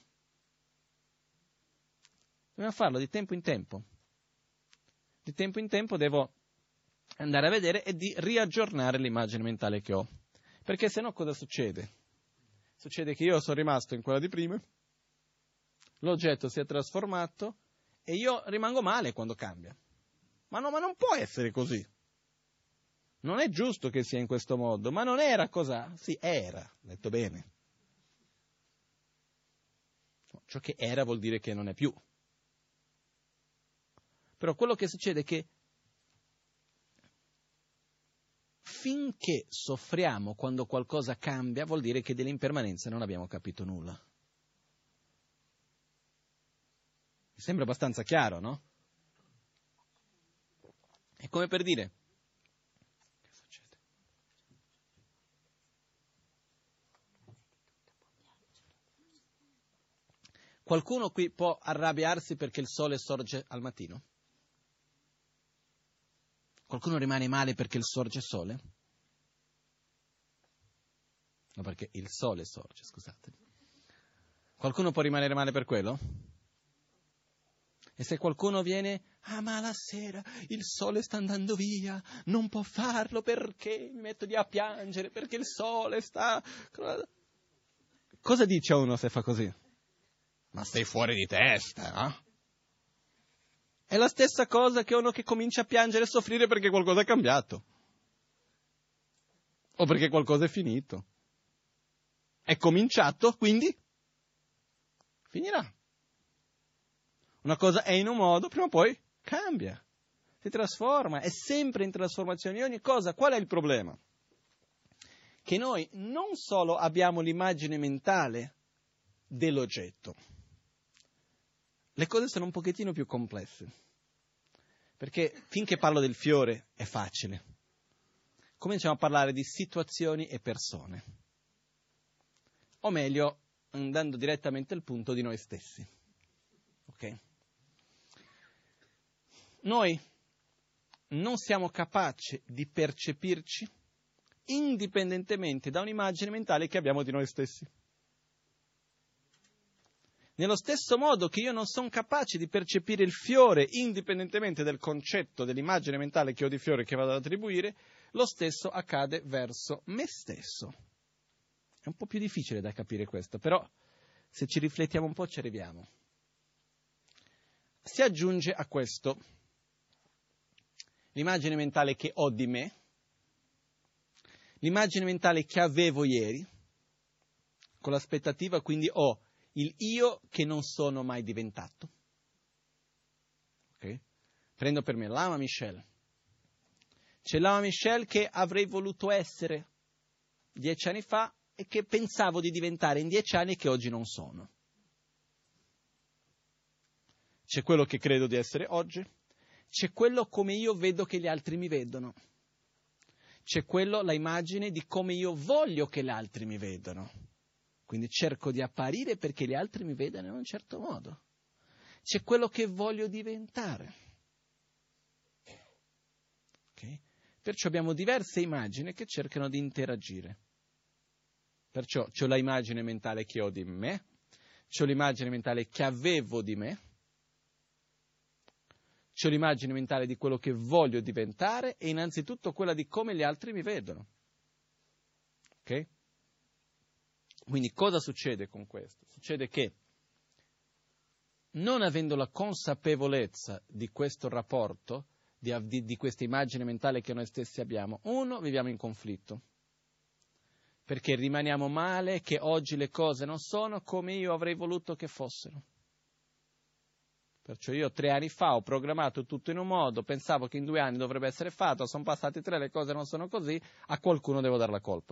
Dobbiamo farlo di tempo in tempo. Di tempo in tempo devo andare a vedere e di riaggiornare l'immagine mentale che ho. Perché se no cosa succede? Succede che io sono rimasto in quella di prima, l'oggetto si è trasformato e io rimango male quando cambia. Ma no, ma non può essere così. Non è giusto che sia in questo modo, ma non era così. Sì, era, detto bene. Ciò che era vuol dire che non è più. Però quello che succede è che finché soffriamo quando qualcosa cambia, vuol dire che dell'impermanenza non abbiamo capito nulla. Mi sembra abbastanza chiaro, no? È come per dire, che succede? Qualcuno qui può arrabbiarsi perché il sole sorge al mattino? Qualcuno rimane male perché il sorge sole? No, perché il sole sorge, scusate. Qualcuno può rimanere male per quello? E se qualcuno viene, ah ma la sera il sole sta andando via, non può farlo perché mi metto lì a piangere, perché il sole sta... Cosa dice a uno se fa così? Ma sei fuori di testa, no? È la stessa cosa che uno che comincia a piangere e soffrire perché qualcosa è cambiato. O perché qualcosa è finito. È cominciato, quindi finirà. Una cosa è in un modo, prima o poi cambia, si trasforma, è sempre in trasformazione. Ogni cosa, qual è il problema? Che noi non solo abbiamo l'immagine mentale dell'oggetto, le cose sono un pochettino più complesse, perché finché parlo del fiore è facile, cominciamo a parlare di situazioni e persone, o meglio, andando direttamente al punto di noi stessi, ok? Noi non siamo capaci di percepirci indipendentemente da un'immagine mentale che abbiamo di noi stessi. Nello stesso modo che io non sono capace di percepire il fiore indipendentemente dal concetto dell'immagine mentale che ho di fiore che vado ad attribuire, lo stesso accade verso me stesso. È un po' più difficile da capire questo, però se ci riflettiamo un po' ci arriviamo. Si aggiunge a questo l'immagine mentale che ho di me, l'immagine mentale che avevo ieri, con l'aspettativa quindi ho il io che non sono mai diventato. Okay? Prendo per me l'ama Michel. C'è l'ama Michel che avrei voluto essere dieci anni fa e che pensavo di diventare in dieci anni e che oggi non sono. C'è quello che credo di essere oggi, c'è quello come io vedo che gli altri mi vedono, c'è quello, la immagine di come io voglio che gli altri mi vedano. Quindi cerco di apparire perché gli altri mi vedano in un certo modo. C'è quello che voglio diventare. Okay? Perciò abbiamo diverse immagini che cercano di interagire. Perciò c'ho la immagine mentale che ho di me, c'ho l'immagine mentale che avevo di me, c'ho l'immagine mentale di quello che voglio diventare e innanzitutto quella di come gli altri mi vedono. Ok? Quindi cosa succede con questo? Succede che non avendo la consapevolezza di questo rapporto, di, di, di questa immagine mentale che noi stessi abbiamo, uno, viviamo in conflitto, perché rimaniamo male che oggi le cose non sono come io avrei voluto che fossero. Perciò io tre anni fa ho programmato tutto in un modo, pensavo che in due anni dovrebbe essere fatto, sono passati tre, le cose non sono così, a qualcuno devo dare la colpa.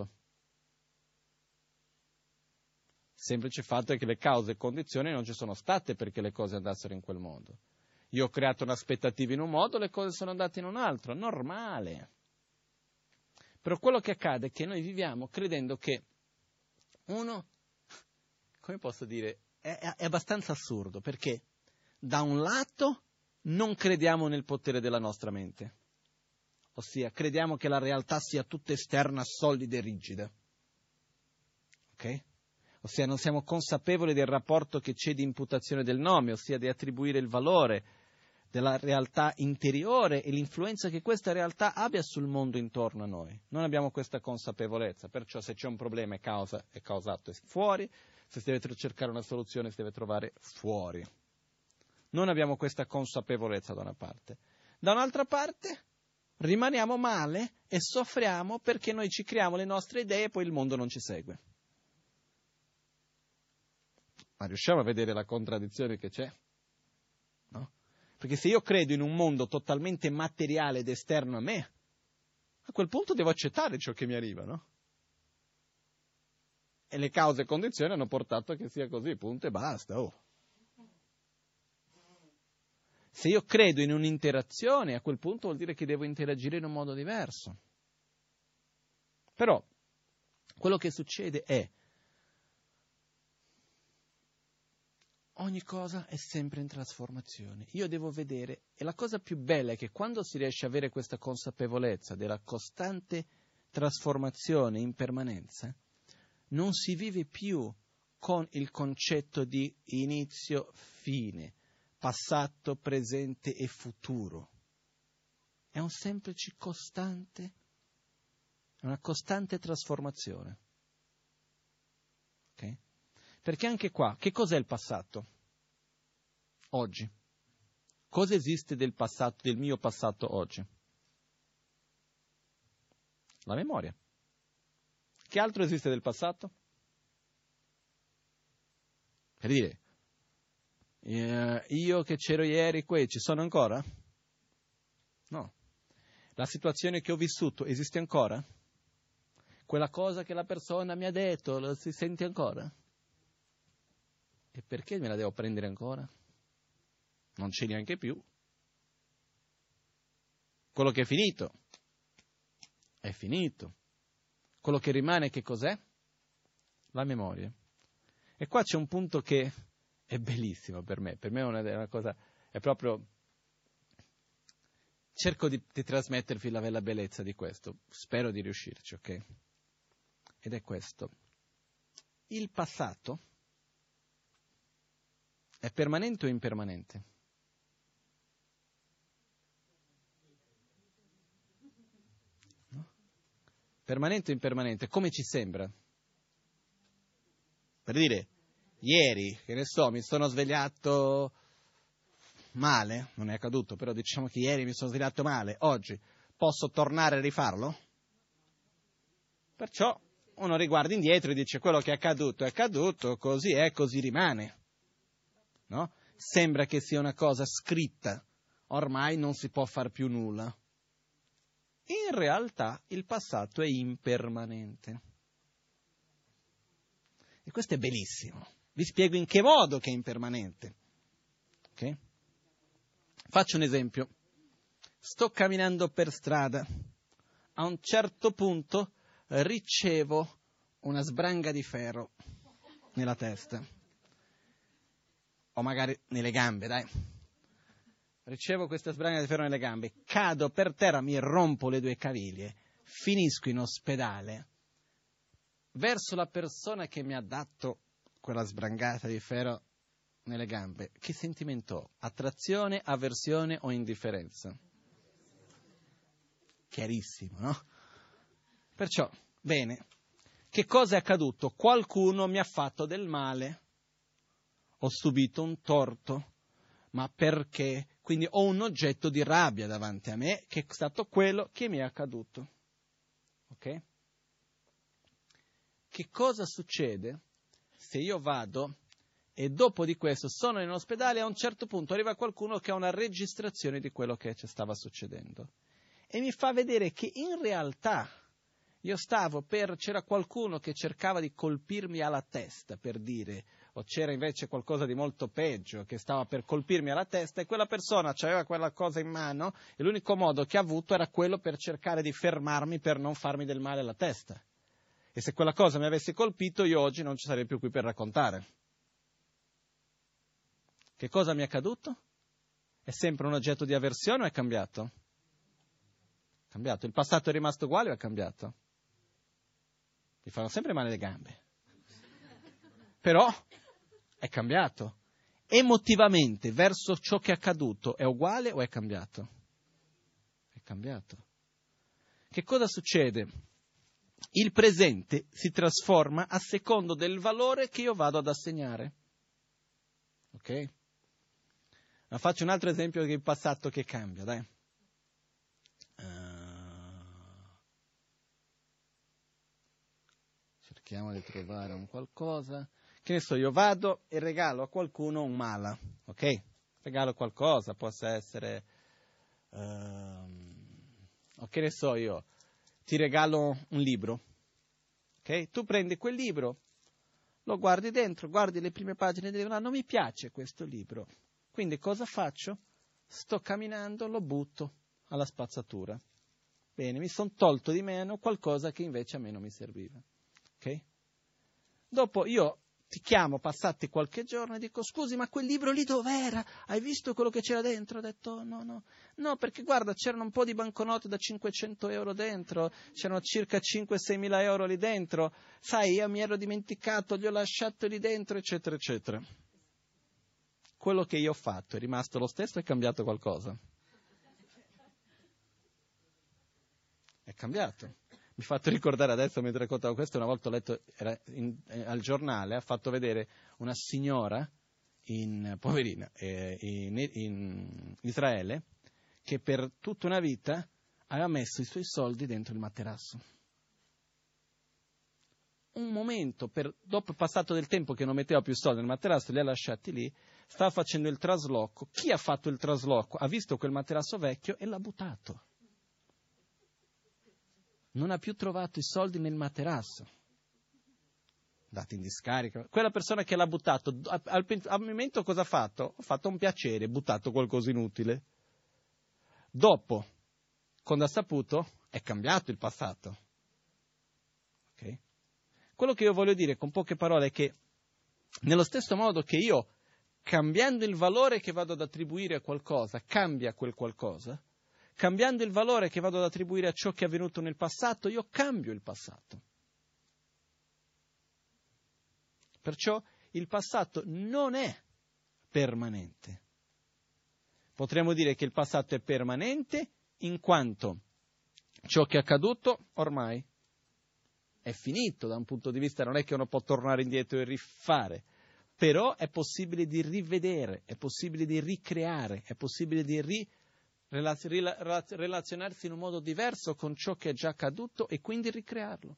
Semplice fatto è che le cause e condizioni non ci sono state perché le cose andassero in quel modo. Io ho creato un'aspettativa in un modo, le cose sono andate in un altro, normale. Però quello che accade è che noi viviamo credendo che, uno, come posso dire, è, è abbastanza assurdo, perché da un lato non crediamo nel potere della nostra mente, ossia crediamo che la realtà sia tutta esterna, solida e rigida, ok? Ossia non siamo consapevoli del rapporto che c'è di imputazione del nome, ossia di attribuire il valore della realtà interiore e l'influenza che questa realtà abbia sul mondo intorno a noi. Non abbiamo questa consapevolezza, perciò se c'è un problema è, causa, è causato fuori, se si deve cercare una soluzione si deve trovare fuori. Non abbiamo questa consapevolezza da una parte. Da un'altra parte rimaniamo male e soffriamo perché noi ci creiamo le nostre idee e poi il mondo non ci segue. Ma riusciamo a vedere la contraddizione che c'è? No? Perché se io credo in un mondo totalmente materiale ed esterno a me, a quel punto devo accettare ciò che mi arriva, no? E le cause e condizioni hanno portato a che sia così, punto e basta. Oh. Se io credo in un'interazione, a quel punto vuol dire che devo interagire in un modo diverso. Però, quello che succede è ogni cosa è sempre in trasformazione. Io devo vedere, e la cosa più bella è che quando si riesce a avere questa consapevolezza della costante trasformazione, impermanenza, non si vive più con il concetto di inizio-fine, passato, presente e futuro. È un semplice costante, è una costante trasformazione. Ok? Perché anche qua, che cos'è il passato? Oggi. Cosa esiste del passato, del mio passato oggi? La memoria. Che altro esiste del passato? Per dire, eh, io che c'ero ieri qui, ci sono ancora? No. La situazione che ho vissuto esiste ancora? Quella cosa che la persona mi ha detto, lo si sente ancora? E perché me la devo prendere ancora? Non c'è neanche più. Quello che è finito, è finito. Quello che rimane che cos'è? La memoria. E qua c'è un punto che è bellissimo per me. Per me è una, una cosa, è proprio... Cerco di, di trasmettervi la, la bellezza di questo. Spero di riuscirci, ok? Ed è questo. Il passato è permanente o impermanente? No? Permanente o impermanente? Come ci sembra? Per dire, ieri, che ne so, mi sono svegliato male, non è accaduto, però diciamo che ieri mi sono svegliato male, oggi posso tornare a rifarlo? Perciò uno riguarda indietro e dice quello che è accaduto è accaduto, così è, così rimane. No? Sembra che sia una cosa scritta, ormai non si può far più nulla. In realtà il passato è impermanente. E questo è bellissimo. Vi spiego in che modo che è impermanente. Okay? Faccio un esempio. Sto camminando per strada. A un certo punto ricevo una sbranga di ferro nella testa. O magari nelle gambe, dai. Ricevo questa sbranga di ferro nelle gambe, cado per terra, mi rompo le due caviglie, finisco in ospedale. Verso la persona che mi ha dato quella sbrangata di ferro nelle gambe, che sentimento ho? Attrazione, avversione o indifferenza? Chiarissimo, no? Perciò, bene, che cosa è accaduto? Qualcuno mi ha fatto del male. Ho subito un torto, ma perché? Quindi ho un oggetto di rabbia davanti a me, che è stato quello che mi è accaduto. Ok? Che cosa succede se io vado e dopo di questo sono in ospedale e a un certo punto arriva qualcuno che ha una registrazione di quello che ci stava succedendo e mi fa vedere che in realtà io stavo per, c'era qualcuno che cercava di colpirmi alla testa, per dire, o c'era invece qualcosa di molto peggio che stava per colpirmi alla testa e quella persona aveva quella cosa in mano e l'unico modo che ha avuto era quello per cercare di fermarmi per non farmi del male alla testa. E se quella cosa mi avesse colpito, io oggi non ci sarei più qui per raccontare. Che cosa mi è accaduto? È sempre un oggetto di avversione o è cambiato? È cambiato. Il passato è rimasto uguale o è cambiato? Mi fanno sempre male le gambe. Però è cambiato. Emotivamente, verso ciò che è accaduto, è uguale o è cambiato? È cambiato. Che cosa succede? Il presente si trasforma a secondo del valore che io vado ad assegnare. Ok? Ma faccio un altro esempio del passato che cambia, dai. Uh, cerchiamo di trovare un qualcosa. Che ne so, io vado e regalo a qualcuno un mala, ok? Regalo qualcosa, possa essere, uh, o che ne so io, ti regalo un libro, ok? Tu prendi quel libro, lo guardi dentro, guardi le prime pagine del libro, no, non mi piace questo libro, quindi cosa faccio? Sto camminando, lo butto alla spazzatura. Bene, mi sono tolto di meno qualcosa che invece a me non mi serviva, ok? Dopo io ti chiamo, passati qualche giorno e dico, scusi, ma quel libro lì dov'era? Hai visto quello che c'era dentro? Ho detto, no, no, no, perché guarda, c'erano un po' di banconote da cinquecento euro dentro, c'erano circa cinque sei mila euro lì dentro, sai, io mi ero dimenticato, li ho lasciati lì dentro, eccetera, eccetera. Quello che io ho fatto è rimasto lo stesso o è cambiato qualcosa? È cambiato. Mi ha fatto ricordare adesso, mentre raccontavo questo, una volta ho letto era in, eh, al giornale, ha fatto vedere una signora, in, poverina, eh, in, in Israele, che per tutta una vita aveva messo i suoi soldi dentro il materasso. Un momento, per, dopo passato del tempo che non metteva più soldi nel materasso, li ha lasciati lì, stava facendo il trasloco. Chi ha fatto il trasloco? Ha visto quel materasso vecchio e l'ha buttato. Non ha più trovato i soldi nel materasso, dati in discarica. Quella persona che l'ha buttato, al, al, al momento cosa ha fatto? Ha fatto un piacere, buttato qualcosa inutile. Dopo, quando ha saputo, è cambiato il passato. Okay? Quello che io voglio dire con poche parole è che, nello stesso modo che io, cambiando il valore che vado ad attribuire a qualcosa, cambia quel qualcosa, cambiando il valore che vado ad attribuire a ciò che è avvenuto nel passato, io cambio il passato. Perciò il passato non è permanente. Potremmo dire che il passato è permanente in quanto ciò che è accaduto ormai è finito da un punto di vista, non è che uno può tornare indietro e rifare, però è possibile di rivedere, è possibile di ricreare, è possibile di ri relazionarsi in un modo diverso con ciò che è già accaduto e quindi ricrearlo.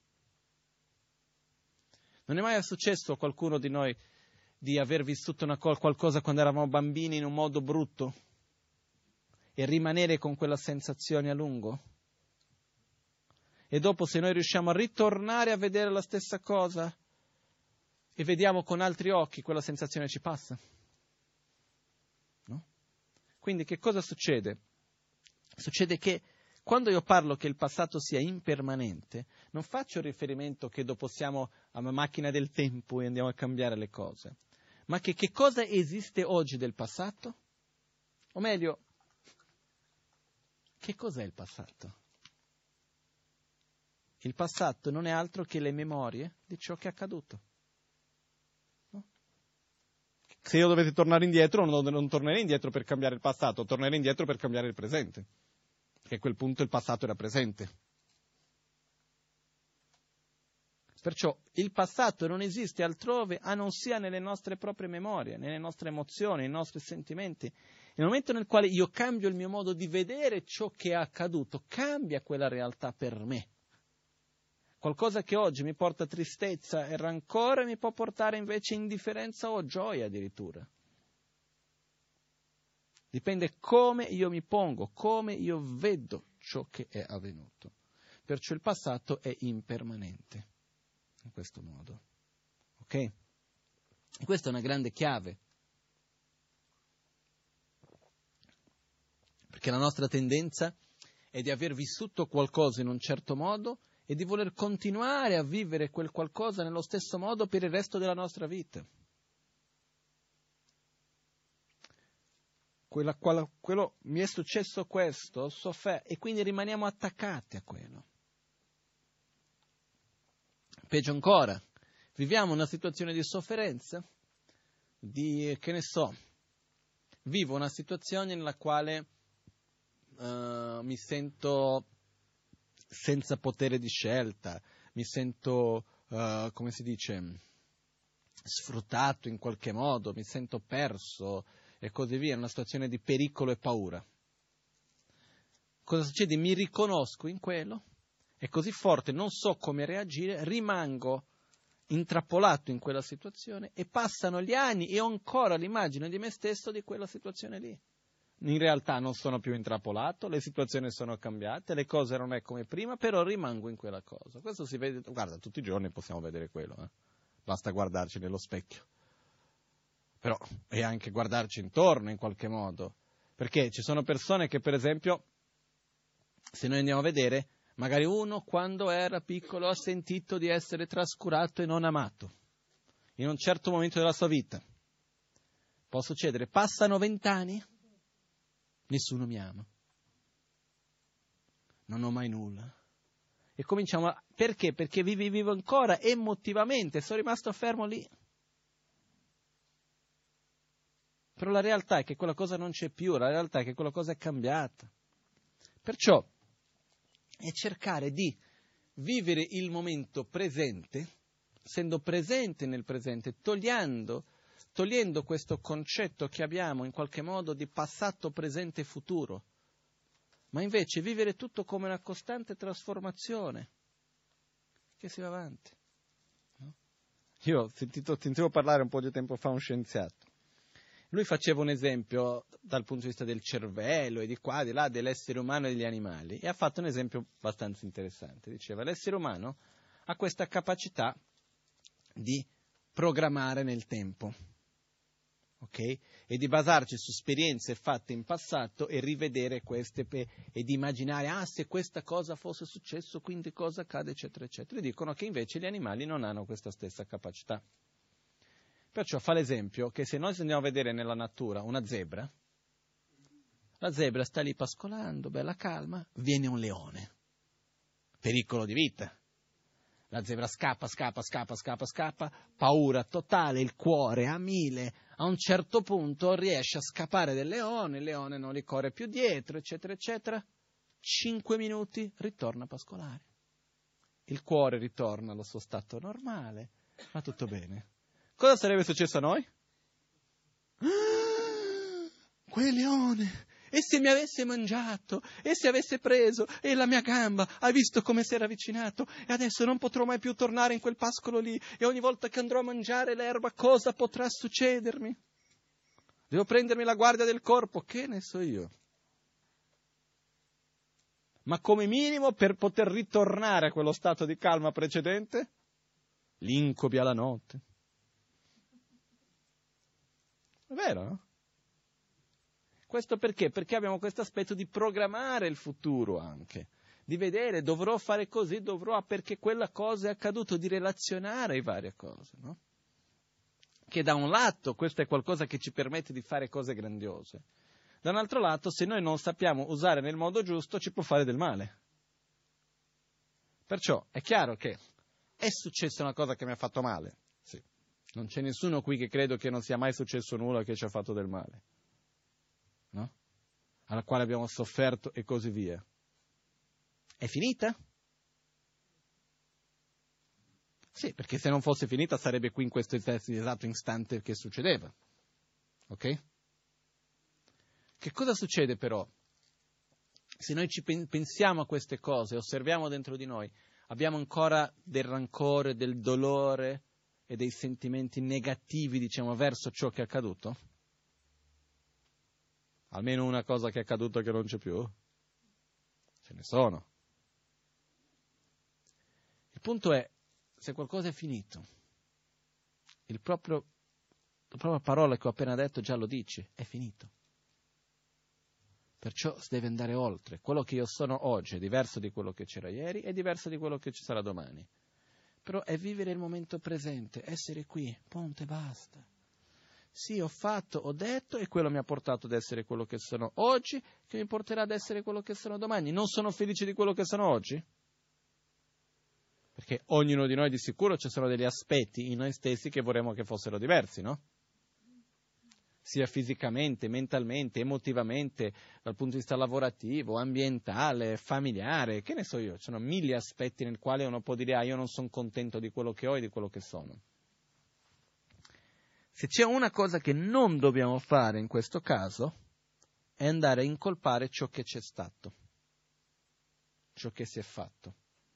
Non è mai successo a qualcuno di noi di aver vissuto una co- qualcosa quando eravamo bambini in un modo brutto e rimanere con quella sensazione a lungo? E dopo, se noi riusciamo a ritornare a vedere la stessa cosa e vediamo con altri occhi, quella sensazione ci passa? No? Quindi che cosa succede? Succede che quando io parlo che il passato sia impermanente, non faccio riferimento che dopo siamo a una macchina del tempo e andiamo a cambiare le cose, ma che che cosa esiste oggi del passato? O meglio, che cos'è il passato? Il passato non è altro che le memorie di ciò che è accaduto. No? Se io dovessi tornare indietro, non, non tornerei indietro per cambiare il passato, tornerei indietro per cambiare il presente. Che a quel punto il passato era presente. Perciò il passato non esiste altrove a non sia nelle nostre proprie memorie, nelle nostre emozioni, nei nostri sentimenti. Nel momento nel quale io cambio il mio modo di vedere ciò che è accaduto, cambia quella realtà per me. Qualcosa che oggi mi porta tristezza e rancore mi può portare invece indifferenza o gioia addirittura. Dipende come io mi pongo, come io vedo ciò che è avvenuto. Perciò il passato è impermanente, in questo modo. Ok? E questa è una grande chiave. Perché la nostra tendenza è di aver vissuto qualcosa in un certo modo e di voler continuare a vivere quel qualcosa nello stesso modo per il resto della nostra vita. Quella, quella, quello, mi è successo questo, ho sofferto, e quindi rimaniamo attaccati a quello. Peggio ancora, viviamo una situazione di sofferenza, di, che ne so, vivo una situazione nella quale uh, mi sento senza potere di scelta, mi sento, uh, come si dice, sfruttato in qualche modo, mi sento perso e così via, una situazione di pericolo e paura. Cosa succede? Mi riconosco in quello, è così forte, non so come reagire, rimango intrappolato in quella situazione e passano gli anni e ho ancora l'immagine di me stesso di quella situazione lì. In realtà non sono più intrappolato, le situazioni sono cambiate, le cose non è come prima, però rimango in quella cosa. Questo si vede, guarda, tutti i giorni possiamo vedere quello, eh? Basta guardarci nello specchio. Però è anche guardarci intorno in qualche modo, perché ci sono persone che, per esempio, se noi andiamo a vedere, magari uno quando era piccolo ha sentito di essere trascurato e non amato, in un certo momento della sua vita. Può succedere, passano vent'anni, nessuno mi ama, non ho mai nulla. E cominciamo a... Perché? Perché vivi vivo ancora emotivamente, sono rimasto fermo lì. Però la realtà è che quella cosa non c'è più, la realtà è che quella cosa è cambiata. Perciò è cercare di vivere il momento presente, essendo presente nel presente, togliendo, togliendo questo concetto che abbiamo in qualche modo di passato, presente e futuro, ma invece vivere tutto come una costante trasformazione che si va avanti. No? Io ho sentito, sentivo parlare un po' di tempo fa un scienziato. Lui faceva un esempio dal punto di vista del cervello e di qua, di là, dell'essere umano e degli animali, e ha fatto un esempio abbastanza interessante. Diceva, l'essere umano ha questa capacità di programmare nel tempo, ok? E di basarci su esperienze fatte in passato e rivedere queste pe- e di immaginare, ah, se questa cosa fosse successo, quindi cosa accade, eccetera, eccetera. E dicono che invece gli animali non hanno questa stessa capacità. Perciò fa l'esempio che se noi andiamo a vedere nella natura una zebra, la zebra sta lì pascolando, bella calma, viene un leone, pericolo di vita. La zebra scappa, scappa, scappa, scappa, scappa, paura totale, il cuore a mille, a un certo punto riesce a scappare del leone, il leone non gli corre più dietro, eccetera, eccetera, cinque minuti ritorna a pascolare. Il cuore ritorna allo suo stato normale, va tutto bene. Cosa sarebbe successo a noi? Ah, quel leone! E se mi avesse mangiato? E se avesse preso? E la mia gamba? Hai visto come si era avvicinato? E adesso non potrò mai più tornare in quel pascolo lì. E ogni volta che andrò a mangiare l'erba, cosa potrà succedermi? Devo prendermi la guardia del corpo? Che ne so io? Ma come minimo, per poter ritornare a quello stato di calma precedente, l'incubi alla notte. È vero, no? Questo perché? Perché abbiamo questo aspetto di programmare il futuro anche, di vedere, dovrò fare così, dovrò, perché quella cosa è accaduto, di relazionare le varie cose, no? Che da un lato questo è qualcosa che ci permette di fare cose grandiose, da un altro lato se noi non sappiamo usare nel modo giusto ci può fare del male. Perciò è chiaro che è successa una cosa che mi ha fatto male, sì. Non c'è nessuno qui che credo che non sia mai successo nulla che ci ha fatto del male, no? Alla quale abbiamo sofferto e così via. È finita? Sì, perché se non fosse finita sarebbe qui in questo esatto istante che succedeva. Ok? Che cosa succede però? Se noi ci pensiamo a queste cose, osserviamo dentro di noi, abbiamo ancora del rancore, del dolore e dei sentimenti negativi, diciamo, verso ciò che è accaduto? Almeno una cosa che è accaduta che non c'è più? Ce ne sono. Il punto è, se qualcosa è finito, il proprio, la propria parola che ho appena detto già lo dice, è finito. Perciò si deve andare oltre. Quello che io sono oggi è diverso di quello che c'era ieri, è diverso di quello che ci sarà domani. Però è vivere il momento presente, essere qui, punto e basta. Sì, ho fatto, ho detto e quello mi ha portato ad essere quello che sono oggi, che mi porterà ad essere quello che sono domani. Non sono felice di quello che sono oggi? Perché ognuno di noi di sicuro ci sono degli aspetti in noi stessi che vorremmo che fossero diversi, no? Sia fisicamente, mentalmente, emotivamente, dal punto di vista lavorativo, ambientale, familiare, che ne so io, ci sono mille aspetti nel quale uno può dire ah, io non sono contento di quello che ho e di quello che sono. Se c'è una cosa che non dobbiamo fare in questo caso, è andare a incolpare ciò che c'è stato, ciò che si è fatto.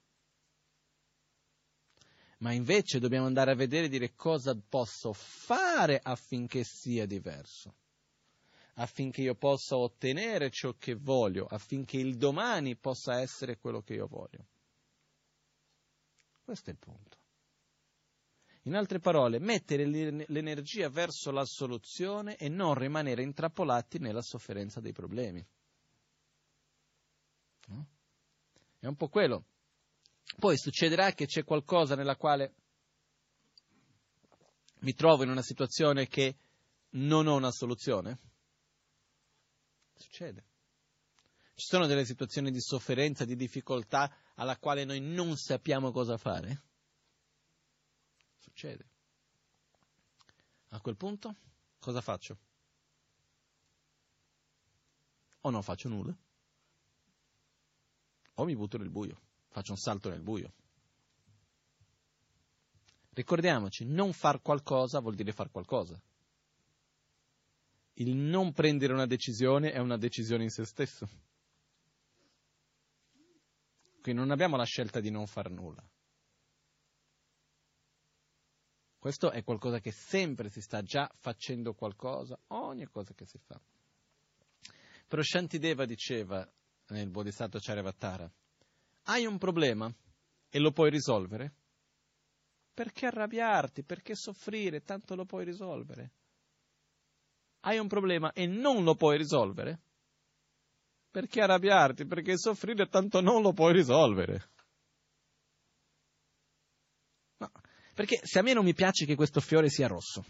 Ma invece dobbiamo andare a vedere e dire cosa posso fare affinché sia diverso, affinché io possa ottenere ciò che voglio, affinché il domani possa essere quello che io voglio. Questo è il punto. In altre parole, mettere l'energia verso la soluzione e non rimanere intrappolati nella sofferenza dei problemi. No? È un po' quello. Poi succederà che c'è qualcosa nella quale mi trovo in una situazione che non ho una soluzione. Succede. Ci sono delle situazioni di sofferenza, di difficoltà alla quale noi non sappiamo cosa fare. Succede. A quel punto cosa faccio? O non faccio nulla, o mi butto nel buio. Faccio un salto nel buio. Ricordiamoci, non far qualcosa vuol dire far qualcosa. Il non prendere una decisione è una decisione in se stesso. Quindi non abbiamo la scelta di non far nulla. Questo è qualcosa che sempre si sta già facendo qualcosa, ogni cosa che si fa. Però Shantideva diceva nel Bodhisattva Charyavatara, hai un problema e lo puoi risolvere? Perché arrabbiarti? Perché soffrire? Tanto lo puoi risolvere. Hai un problema e non lo puoi risolvere? Perché arrabbiarti? Perché soffrire? Tanto non lo puoi risolvere. No, perché se a me non mi piace che questo fiore sia rosso,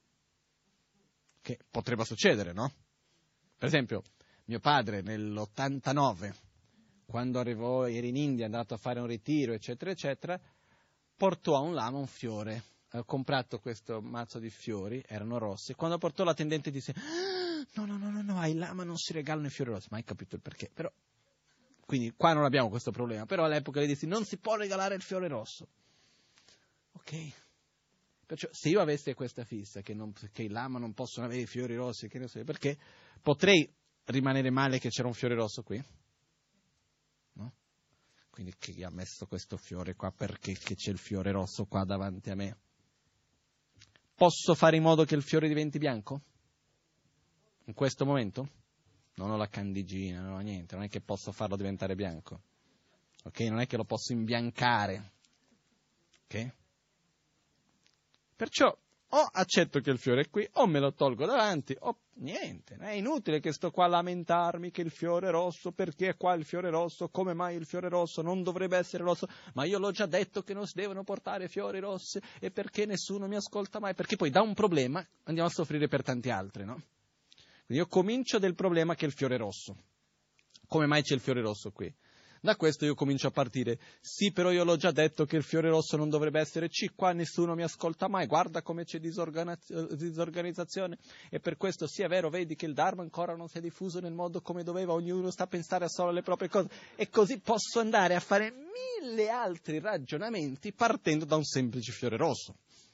che potrebbe succedere, no? Per esempio, mio padre nell'ottantanove, quando arrivò, era in India, è andato a fare un ritiro, eccetera, eccetera, portò a un lama un fiore. Ha comprato questo mazzo di fiori, erano rossi. Quando portò l'attendente disse, ah, no, no, no, no, no, ai lama non si regalano i fiori rossi. Ma hai capito il perché? Però, quindi qua non abbiamo questo problema. Però all'epoca gli dissi, non si può regalare il fiore rosso. Ok. Perciò se io avessi questa fissa, che, non, che i lama non possono avere i fiori rossi, che ne so, perché potrei rimanere male che c'era un fiore rosso qui? No? Quindi chi ha messo questo fiore qua perché che c'è il fiore rosso qua davanti a me? Posso fare in modo che il fiore diventi bianco? In questo momento? Non ho la candigina, non ho niente, non è che posso farlo diventare bianco. Ok? Non è che lo posso imbiancare. Ok? Perciò o accetto che il fiore è qui, o me lo tolgo davanti, o niente. È inutile che sto qua a lamentarmi che il fiore è rosso, perché è qua il fiore rosso, come mai il fiore rosso non dovrebbe essere rosso, ma io l'ho già detto che non si devono portare fiori rossi, e perché nessuno mi ascolta mai? Perché poi da un problema andiamo a soffrire per tanti altri, no? Quindi io comincio del problema che è il fiore rosso. Come mai c'è il fiore rosso qui? Da questo io comincio a partire. Sì, però io l'ho già detto che il fiore rosso non dovrebbe essere C, qua nessuno mi ascolta mai, guarda come c'è disorganizzazione, e per questo sì è vero, vedi che il Dharma ancora non si è diffuso nel modo come doveva, ognuno sta a pensare solo alle proprie cose, e così posso andare a fare mille altri ragionamenti partendo da un semplice fiore rosso.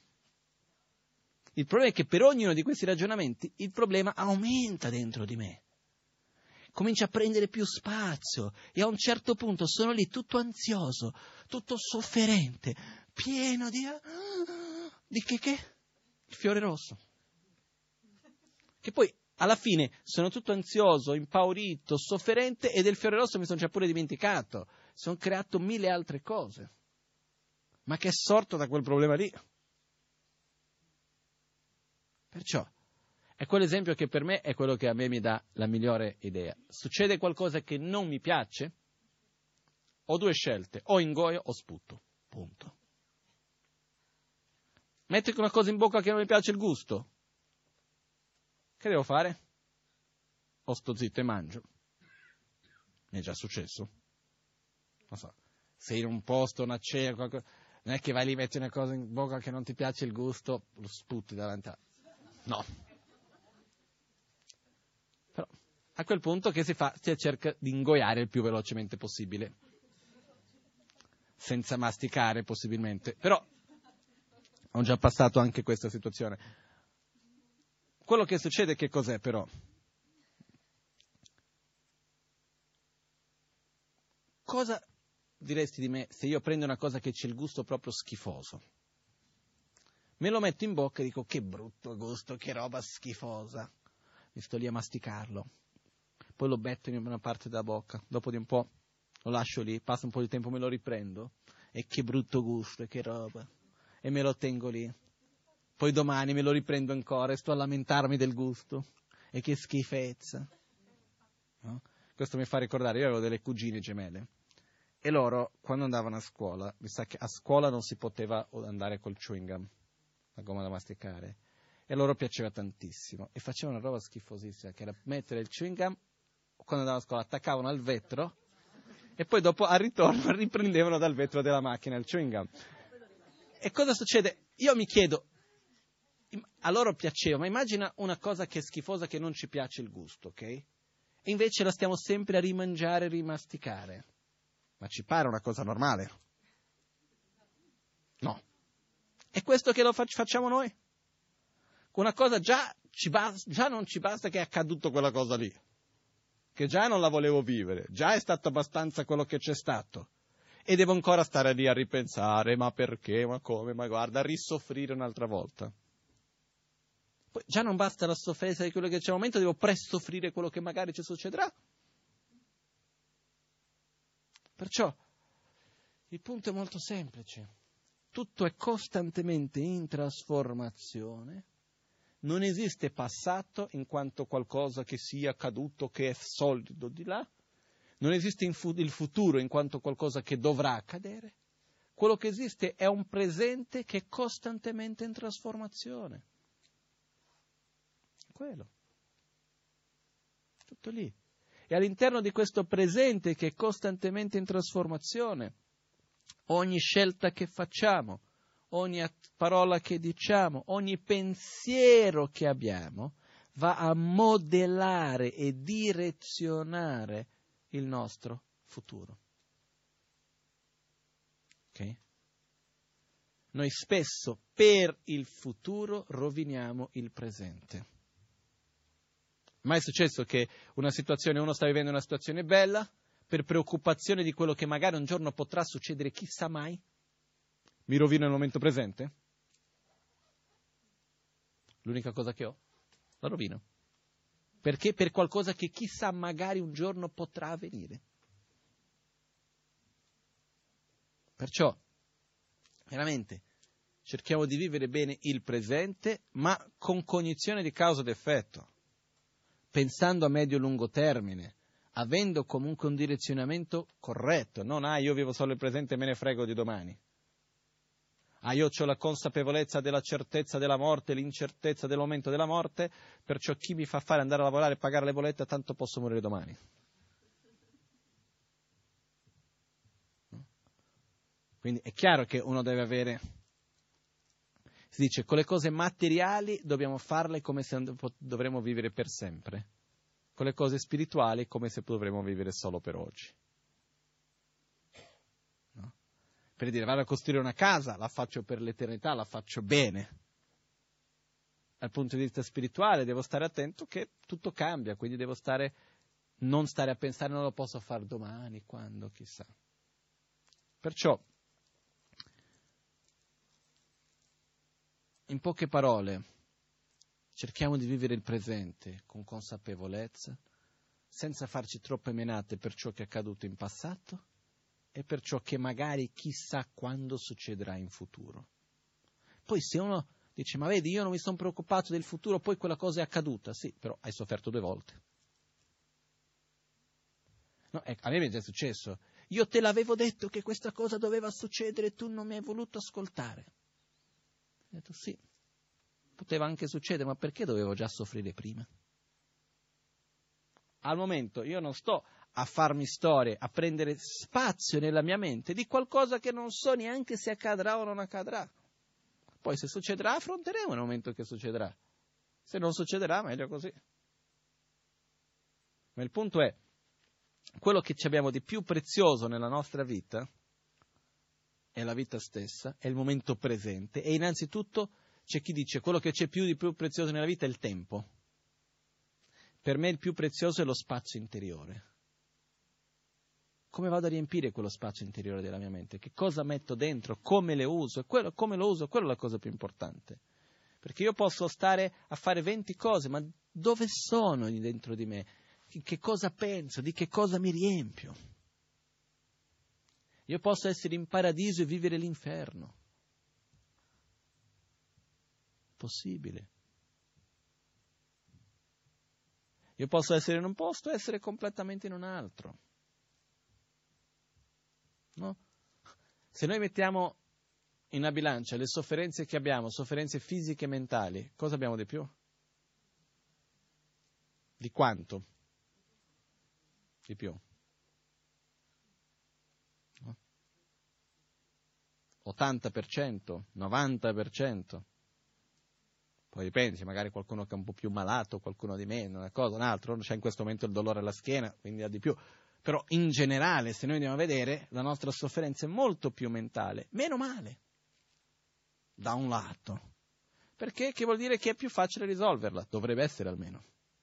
Il problema è che per ognuno di questi ragionamenti il problema aumenta dentro di me. Comincia a prendere più spazio e a un certo punto sono lì tutto ansioso, tutto sofferente, pieno di... di che che? Il fiore rosso. Che poi alla fine sono tutto ansioso, impaurito, sofferente, e del fiore rosso mi sono già pure dimenticato. Sono creato mille altre cose. Ma che è sorto da quel problema lì? Perciò È quell'esempio che per me è quello che a me mi dà la migliore idea. Succede qualcosa che non mi piace, ho due scelte, o ingoio o sputo, punto. Metto una cosa in bocca che non mi piace il gusto, che devo fare? O sto zitto e mangio. Mi è già successo. Non so, sei in un posto, una cena, qualcosa, non è che vai lì, metti una cosa in bocca che non ti piace il gusto, lo sputi davanti a... No. Però a quel punto che si fa? Si cerca di ingoiare il più velocemente possibile. Senza masticare possibilmente. Però ho già passato anche questa situazione. Quello che succede che cos'è però? Cosa diresti di me se io prendo una cosa che c'è il gusto proprio schifoso? Me lo metto in bocca e dico che brutto gusto, che roba schifosa. Mi sto lì a masticarlo. Poi lo betto in una parte della bocca. Dopo di un po' lo lascio lì, passa un po' di tempo, me lo riprendo. E che brutto gusto, e che roba. E me lo tengo lì. Poi domani me lo riprendo ancora e sto a lamentarmi del gusto. E che schifezza. No? Questo mi fa ricordare, io avevo delle cugine gemelle. E loro, quando andavano a scuola, mi sa che a scuola non si poteva andare col chewing gum, la gomma da masticare. E a loro piaceva tantissimo. E facevano una roba schifosissima, che era mettere il chewing gum, quando andavano a scuola, attaccavano al vetro, e poi dopo, al ritorno, riprendevano dal vetro della macchina il chewing gum. E cosa succede? Io mi chiedo, a loro piaceva, ma immagina una cosa che è schifosa, che non ci piace il gusto, ok? E invece la stiamo sempre a rimangiare, rimasticare. Ma ci pare una cosa normale? No. È questo che lo facciamo noi? Una cosa già, ci basta, già non ci basta che è accaduto quella cosa lì, che già non la volevo vivere, già è stato abbastanza quello che c'è stato, e devo ancora stare lì a ripensare, ma perché, ma come, ma guarda, a risoffrire un'altra volta. Poi già non basta la sofferenza di quello che c'è al momento, devo presoffrire quello che magari ci succederà. Perciò il punto è molto semplice. Tutto è costantemente in trasformazione. Non esiste passato in quanto qualcosa che sia accaduto, che è solido di là. Non esiste il futuro in quanto qualcosa che dovrà accadere. Quello che esiste è un presente che è costantemente in trasformazione. Quello. Tutto lì. E all'interno di questo presente che è costantemente in trasformazione, ogni scelta che facciamo, ogni parola che diciamo, ogni pensiero che abbiamo, va a modellare e direzionare il nostro futuro. Ok? Noi spesso per il futuro roviniamo il presente. Mai è successo che una situazione, uno sta vivendo una situazione bella, per preoccupazione di quello che magari un giorno potrà succedere, chissà mai, mi rovino il momento presente? L'unica cosa che ho, la rovino. Perché? Per qualcosa che chissà magari un giorno potrà avvenire. Perciò, veramente, cerchiamo di vivere bene il presente, ma con cognizione di causa ed effetto. Pensando a medio-lungo termine, avendo comunque un direzionamento corretto, non ah io vivo solo il presente e me ne frego di domani. Ah io ho la consapevolezza della certezza della morte, l'incertezza del momento della morte, perciò chi mi fa fare andare a lavorare e pagare le bollette, tanto posso morire domani. Quindi è chiaro che uno deve avere, si dice, con le cose materiali dobbiamo farle come se dovremmo vivere per sempre. Con le cose spirituali come se dovremmo vivere solo per oggi. No? Per dire, vado a costruire una casa, la faccio per l'eternità, la faccio bene. Dal punto di vista spirituale devo stare attento che tutto cambia, quindi devo stare, non stare a pensare non lo posso fare domani, quando, chissà. Perciò, in poche parole, cerchiamo di vivere il presente con consapevolezza, senza farci troppe menate per ciò che è accaduto in passato e per ciò che magari chissà quando succederà in futuro. Poi se uno Dice, ma vedi, io non mi sono preoccupato del futuro, poi quella cosa è accaduta. Sì, però hai sofferto due volte. No, eh, a me mi è già successo. Io te l'avevo detto che questa cosa doveva succedere e tu non mi hai voluto ascoltare. Ho detto sì, poteva anche succedere, ma perché dovevo già soffrire prima? Al momento io non sto a farmi storie, a prendere spazio nella mia mente di qualcosa che non so neanche se accadrà o non accadrà. Poi se succederà affronteremo nel momento che succederà. Se non succederà, meglio così. Ma il punto è, quello che ci abbiamo di più prezioso nella nostra vita è la vita stessa, è il momento presente, e innanzitutto c'è chi dice quello che c'è più di più prezioso nella vita è il tempo. Per me il più prezioso è lo spazio interiore. Come vado a riempire quello spazio interiore della mia mente? Che cosa metto dentro? Come le uso? E quello, come lo uso? Quello è la cosa più importante. Perché io posso stare a fare venti cose, ma dove sono dentro di me? Che cosa penso? Di che cosa mi riempio? Io posso essere in paradiso e vivere l'inferno. Possibile. Io posso essere in un posto e essere completamente in un altro. No? Se noi mettiamo in una bilancia le sofferenze che abbiamo, sofferenze fisiche e mentali, cosa abbiamo di più? Di quanto? Di più. No? ottanta per cento, novanta per cento. Poi dipende, magari qualcuno che è un po' più malato, qualcuno di meno, una cosa, un altro, c'è in questo momento il dolore alla schiena, quindi ha di più. Però in generale, se noi andiamo a vedere, la nostra sofferenza è molto più mentale. Meno male, da un lato. Perché? Che vuol dire che è più facile risolverla, dovrebbe essere almeno.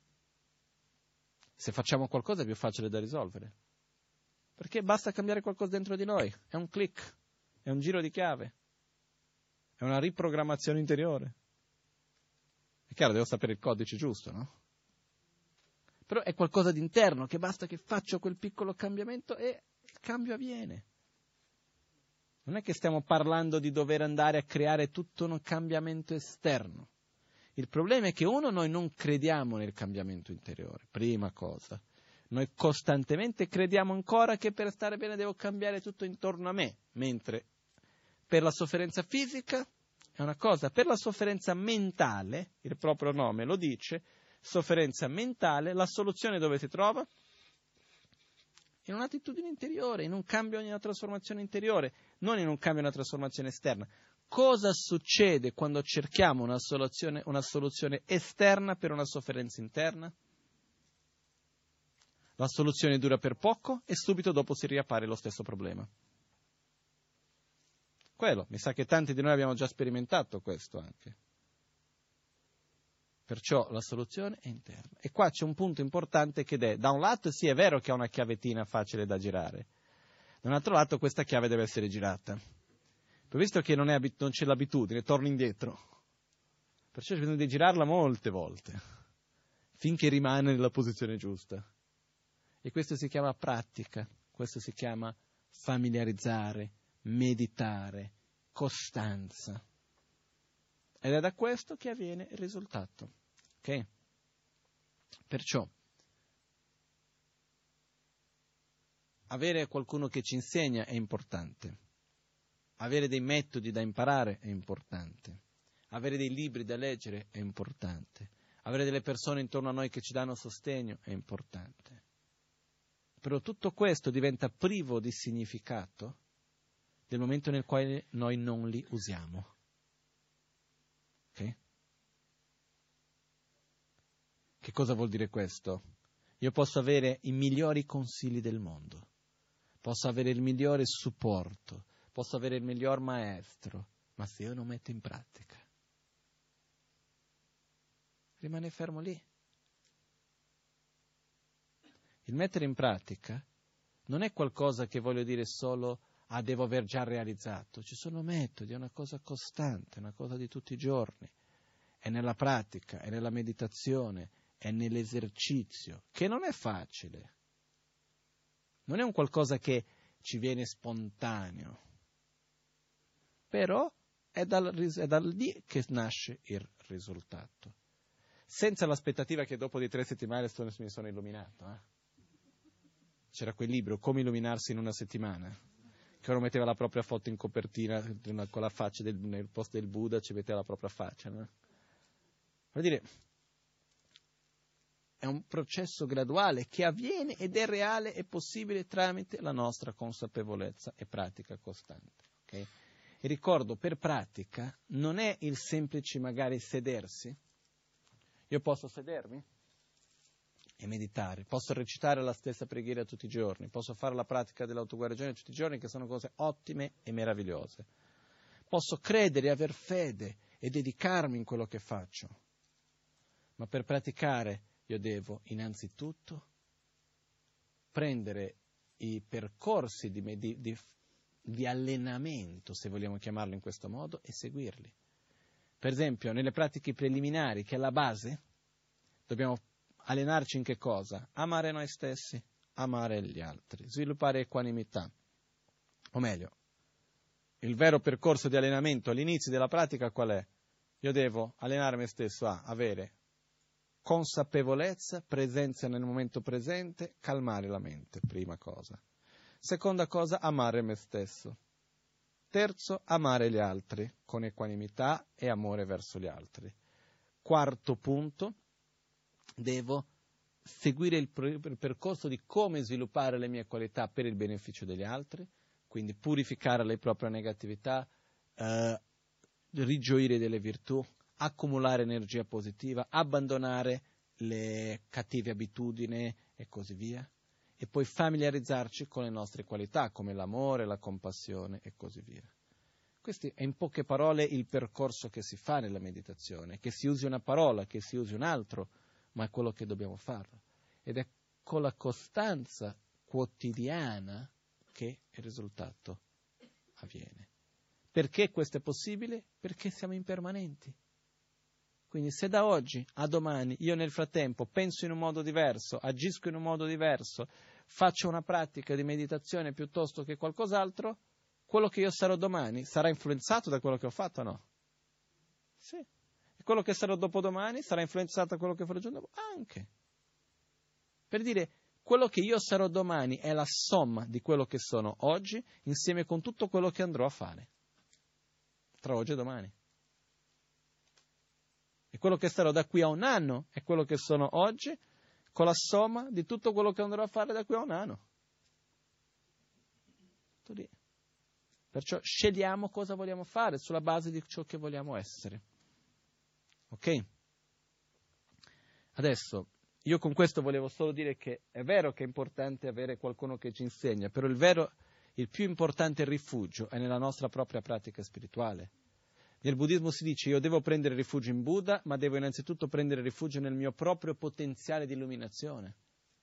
Se facciamo qualcosa è più facile da risolvere. Perché basta cambiare qualcosa dentro di noi, è un click, è un giro di chiave, è una riprogrammazione interiore. È chiaro, devo sapere il codice giusto, no? Però è qualcosa di interno, che basta che faccio quel piccolo cambiamento e il cambio avviene. Non è che stiamo parlando di dover andare a creare tutto un cambiamento esterno. Il problema è che uno, noi non crediamo nel cambiamento interiore, prima cosa. Noi costantemente crediamo ancora che per stare bene devo cambiare tutto intorno a me, mentre per la sofferenza fisica è una cosa, per la sofferenza mentale, il proprio nome lo dice, sofferenza mentale, la soluzione dove si trova? In un'attitudine interiore, in un cambio, in una trasformazione interiore, non in un cambio, in una trasformazione esterna. Cosa succede quando cerchiamo una soluzione, una soluzione esterna per una sofferenza interna? La soluzione dura per poco e subito dopo si riappare lo stesso problema. Quello, mi sa che tanti di noi abbiamo già sperimentato questo anche. Perciò la soluzione è interna. E qua c'è un punto importante che è, da un lato sì è vero che ha una chiavettina facile da girare, da un altro lato questa chiave deve essere girata. Poi visto che non, è, non c'è l'abitudine, torno indietro. Perciò c'è bisogno di girarla molte volte, finché rimane nella posizione giusta. E questo si chiama pratica, questo si chiama familiarizzare, meditare, costanza. Ed è da questo che avviene il risultato. Ok? Perciò, avere qualcuno che ci insegna è importante. Avere dei metodi da imparare è importante. Avere dei libri da leggere è importante. Avere delle persone intorno a noi che ci danno sostegno è importante. Però tutto questo diventa privo di significato nel momento nel quale noi non li usiamo. Ok? Che cosa vuol dire questo? Io posso avere i migliori consigli del mondo, posso avere il migliore supporto, posso avere il miglior maestro, ma se io non metto in pratica, rimane fermo lì. Il mettere in pratica non è qualcosa che voglio dire solo ah, devo aver già realizzato. Ci sono metodi, è una cosa costante, è una cosa di tutti i giorni. È nella pratica, è nella meditazione, è nell'esercizio, che non è facile. Non è un qualcosa che ci viene spontaneo. Però è dal, è da lì che nasce il risultato. Senza l'aspettativa che dopo di tre settimane mi sono illuminato. Eh? C'era quel libro, Come illuminarsi in una settimana, che uno metteva la propria foto in copertina, con la faccia del, nel posto del Buddha ci metteva la propria faccia. No? Vuol dire, è un processo graduale che avviene ed è reale e possibile tramite la nostra consapevolezza e pratica costante. Okay? E ricordo, per pratica non è il semplice magari sedersi. Io posso sedermi e meditare, posso recitare la stessa preghiera tutti i giorni, posso fare la pratica dell'autoguarigione tutti i giorni, che sono cose ottime e meravigliose. Posso credere, aver fede e dedicarmi in quello che faccio. Ma per praticare io devo innanzitutto prendere i percorsi di, di, di, di allenamento, se vogliamo chiamarlo in questo modo, e seguirli. Per esempio, nelle pratiche preliminari, che è la base, dobbiamo allenarci in che cosa? Amare noi stessi, amare gli altri, sviluppare equanimità. O meglio, il vero percorso di allenamento all'inizio della pratica qual è? Io devo allenare me stesso a avere consapevolezza, presenza nel momento presente, calmare la mente, prima cosa. Seconda cosa, amare me stesso. Terzo, amare gli altri, con equanimità e amore verso gli altri. Quarto punto, devo seguire il, il percorso di come sviluppare le mie qualità per il beneficio degli altri, quindi purificare le proprie negatività, eh, rigioire delle virtù, accumulare energia positiva, abbandonare le cattive abitudini e così via, e poi familiarizzarci con le nostre qualità, come l'amore, la compassione e così via. Questo è in poche parole il percorso che si fa nella meditazione, che si usi una parola, che si usi un altro, ma è quello che dobbiamo fare. Ed è con la costanza quotidiana che il risultato avviene. Perché questo è possibile? Perché siamo impermanenti. Quindi se da oggi a domani io nel frattempo penso in un modo diverso, agisco in un modo diverso, faccio una pratica di meditazione piuttosto che qualcos'altro, quello che io sarò domani sarà influenzato da quello che ho fatto o no? Sì. E quello che sarò dopodomani sarà influenzato da quello che farò il giorno dopo? Anche. Per dire, quello che io sarò domani è la somma di quello che sono oggi insieme con tutto quello che andrò a fare tra oggi e domani. E quello che sarò da qui a un anno è quello che sono oggi con la somma di tutto quello che andrò a fare da qui a un anno. Tutto lì. Perciò scegliamo cosa vogliamo fare sulla base di ciò che vogliamo essere. Ok? Adesso, io con questo volevo solo dire che è vero che è importante avere qualcuno che ci insegna, però il vero, il più importante rifugio è nella nostra propria pratica spirituale. Nel buddismo si dice io devo prendere rifugio in Buddha, ma devo innanzitutto prendere rifugio nel mio proprio potenziale di illuminazione.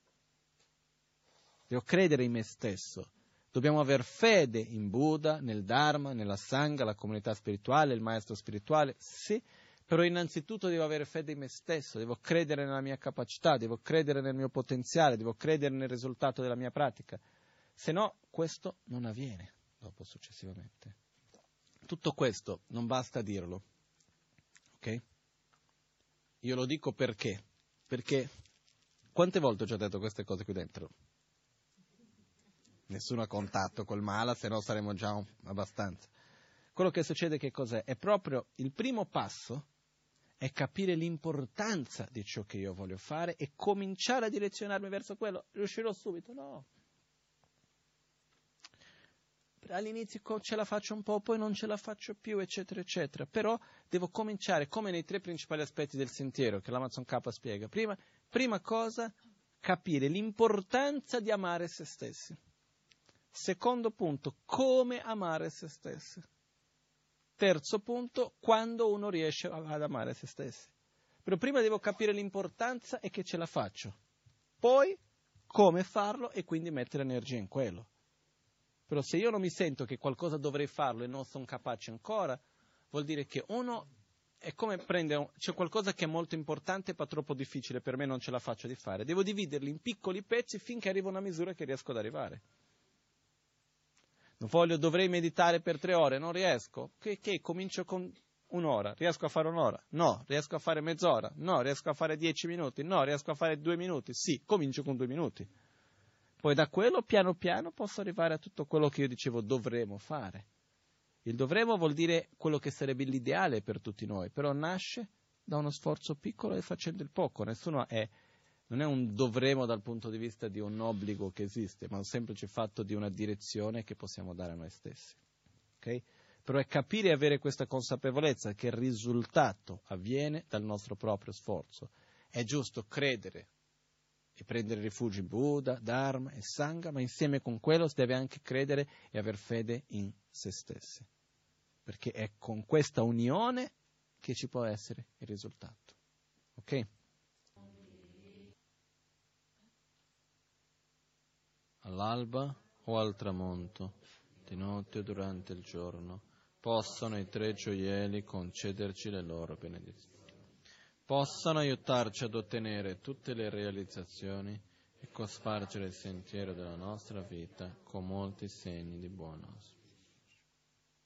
Devo credere in me stesso. Dobbiamo aver fede in Buddha, nel Dharma, nella Sangha, la comunità spirituale, il maestro spirituale, sì, però innanzitutto devo avere fede in me stesso, devo credere nella mia capacità, devo credere nel mio potenziale, devo credere nel risultato della mia pratica. Se no, questo non avviene dopo successivamente. Tutto questo non basta dirlo, ok? Io lo dico perché? Perché quante volte ho già detto queste cose qui dentro? Nessuno ha contatto col mala, se no saremo già un, abbastanza. Quello che succede che cos'è? È proprio il primo passo, è capire l'importanza di ciò che io voglio fare e cominciare a direzionarmi verso quello. Riuscirò subito? No. All'inizio ce la faccio un po', poi non ce la faccio più, eccetera, eccetera. Però devo cominciare, come nei tre principali aspetti del sentiero, che l'Amazon K spiega. Prima, prima cosa, capire l'importanza di amare se stessi. Secondo punto, come amare se stessi. Terzo punto, quando uno riesce ad amare se stessi. Però prima devo capire l'importanza e che ce la faccio. Poi, come farlo e quindi mettere energia in quello. Però se io non mi sento che qualcosa dovrei farlo e non sono capace ancora, vuol dire che uno è come prendere, un, c'è qualcosa che è molto importante ma troppo difficile, per me non ce la faccio di fare. Devo dividerli in piccoli pezzi finché arrivo a una misura che riesco ad arrivare. Voglio, dovrei meditare per tre ore, non riesco. Che, che comincio con un'ora, riesco a fare un'ora? No. Riesco a fare mezz'ora? No. Riesco a fare dieci minuti? No. Riesco a fare due minuti? Sì, comincio con due minuti. Poi da quello, piano piano, posso arrivare a tutto quello che io dicevo dovremmo fare. Il dovremmo vuol dire quello che sarebbe l'ideale per tutti noi, però nasce da uno sforzo piccolo e facendo il poco. Nessuno è, non è un dovremmo dal punto di vista di un obbligo che esiste, ma un semplice fatto di una direzione che possiamo dare a noi stessi. Okay? Però è capire e avere questa consapevolezza che il risultato avviene dal nostro proprio sforzo. È giusto credere e prendere rifugio in Buddha, Dharma e Sangha, ma insieme con quello si deve anche credere e aver fede in se stessi. Perché è con questa unione che ci può essere il risultato. Ok? All'alba o al tramonto, di notte o durante il giorno, possano i tre gioielli concederci le loro benedizioni. Possano aiutarci ad ottenere tutte le realizzazioni e cospargere il sentiero della nostra vita con molti segni di buon auspicio.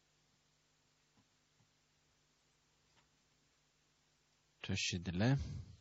Cioè,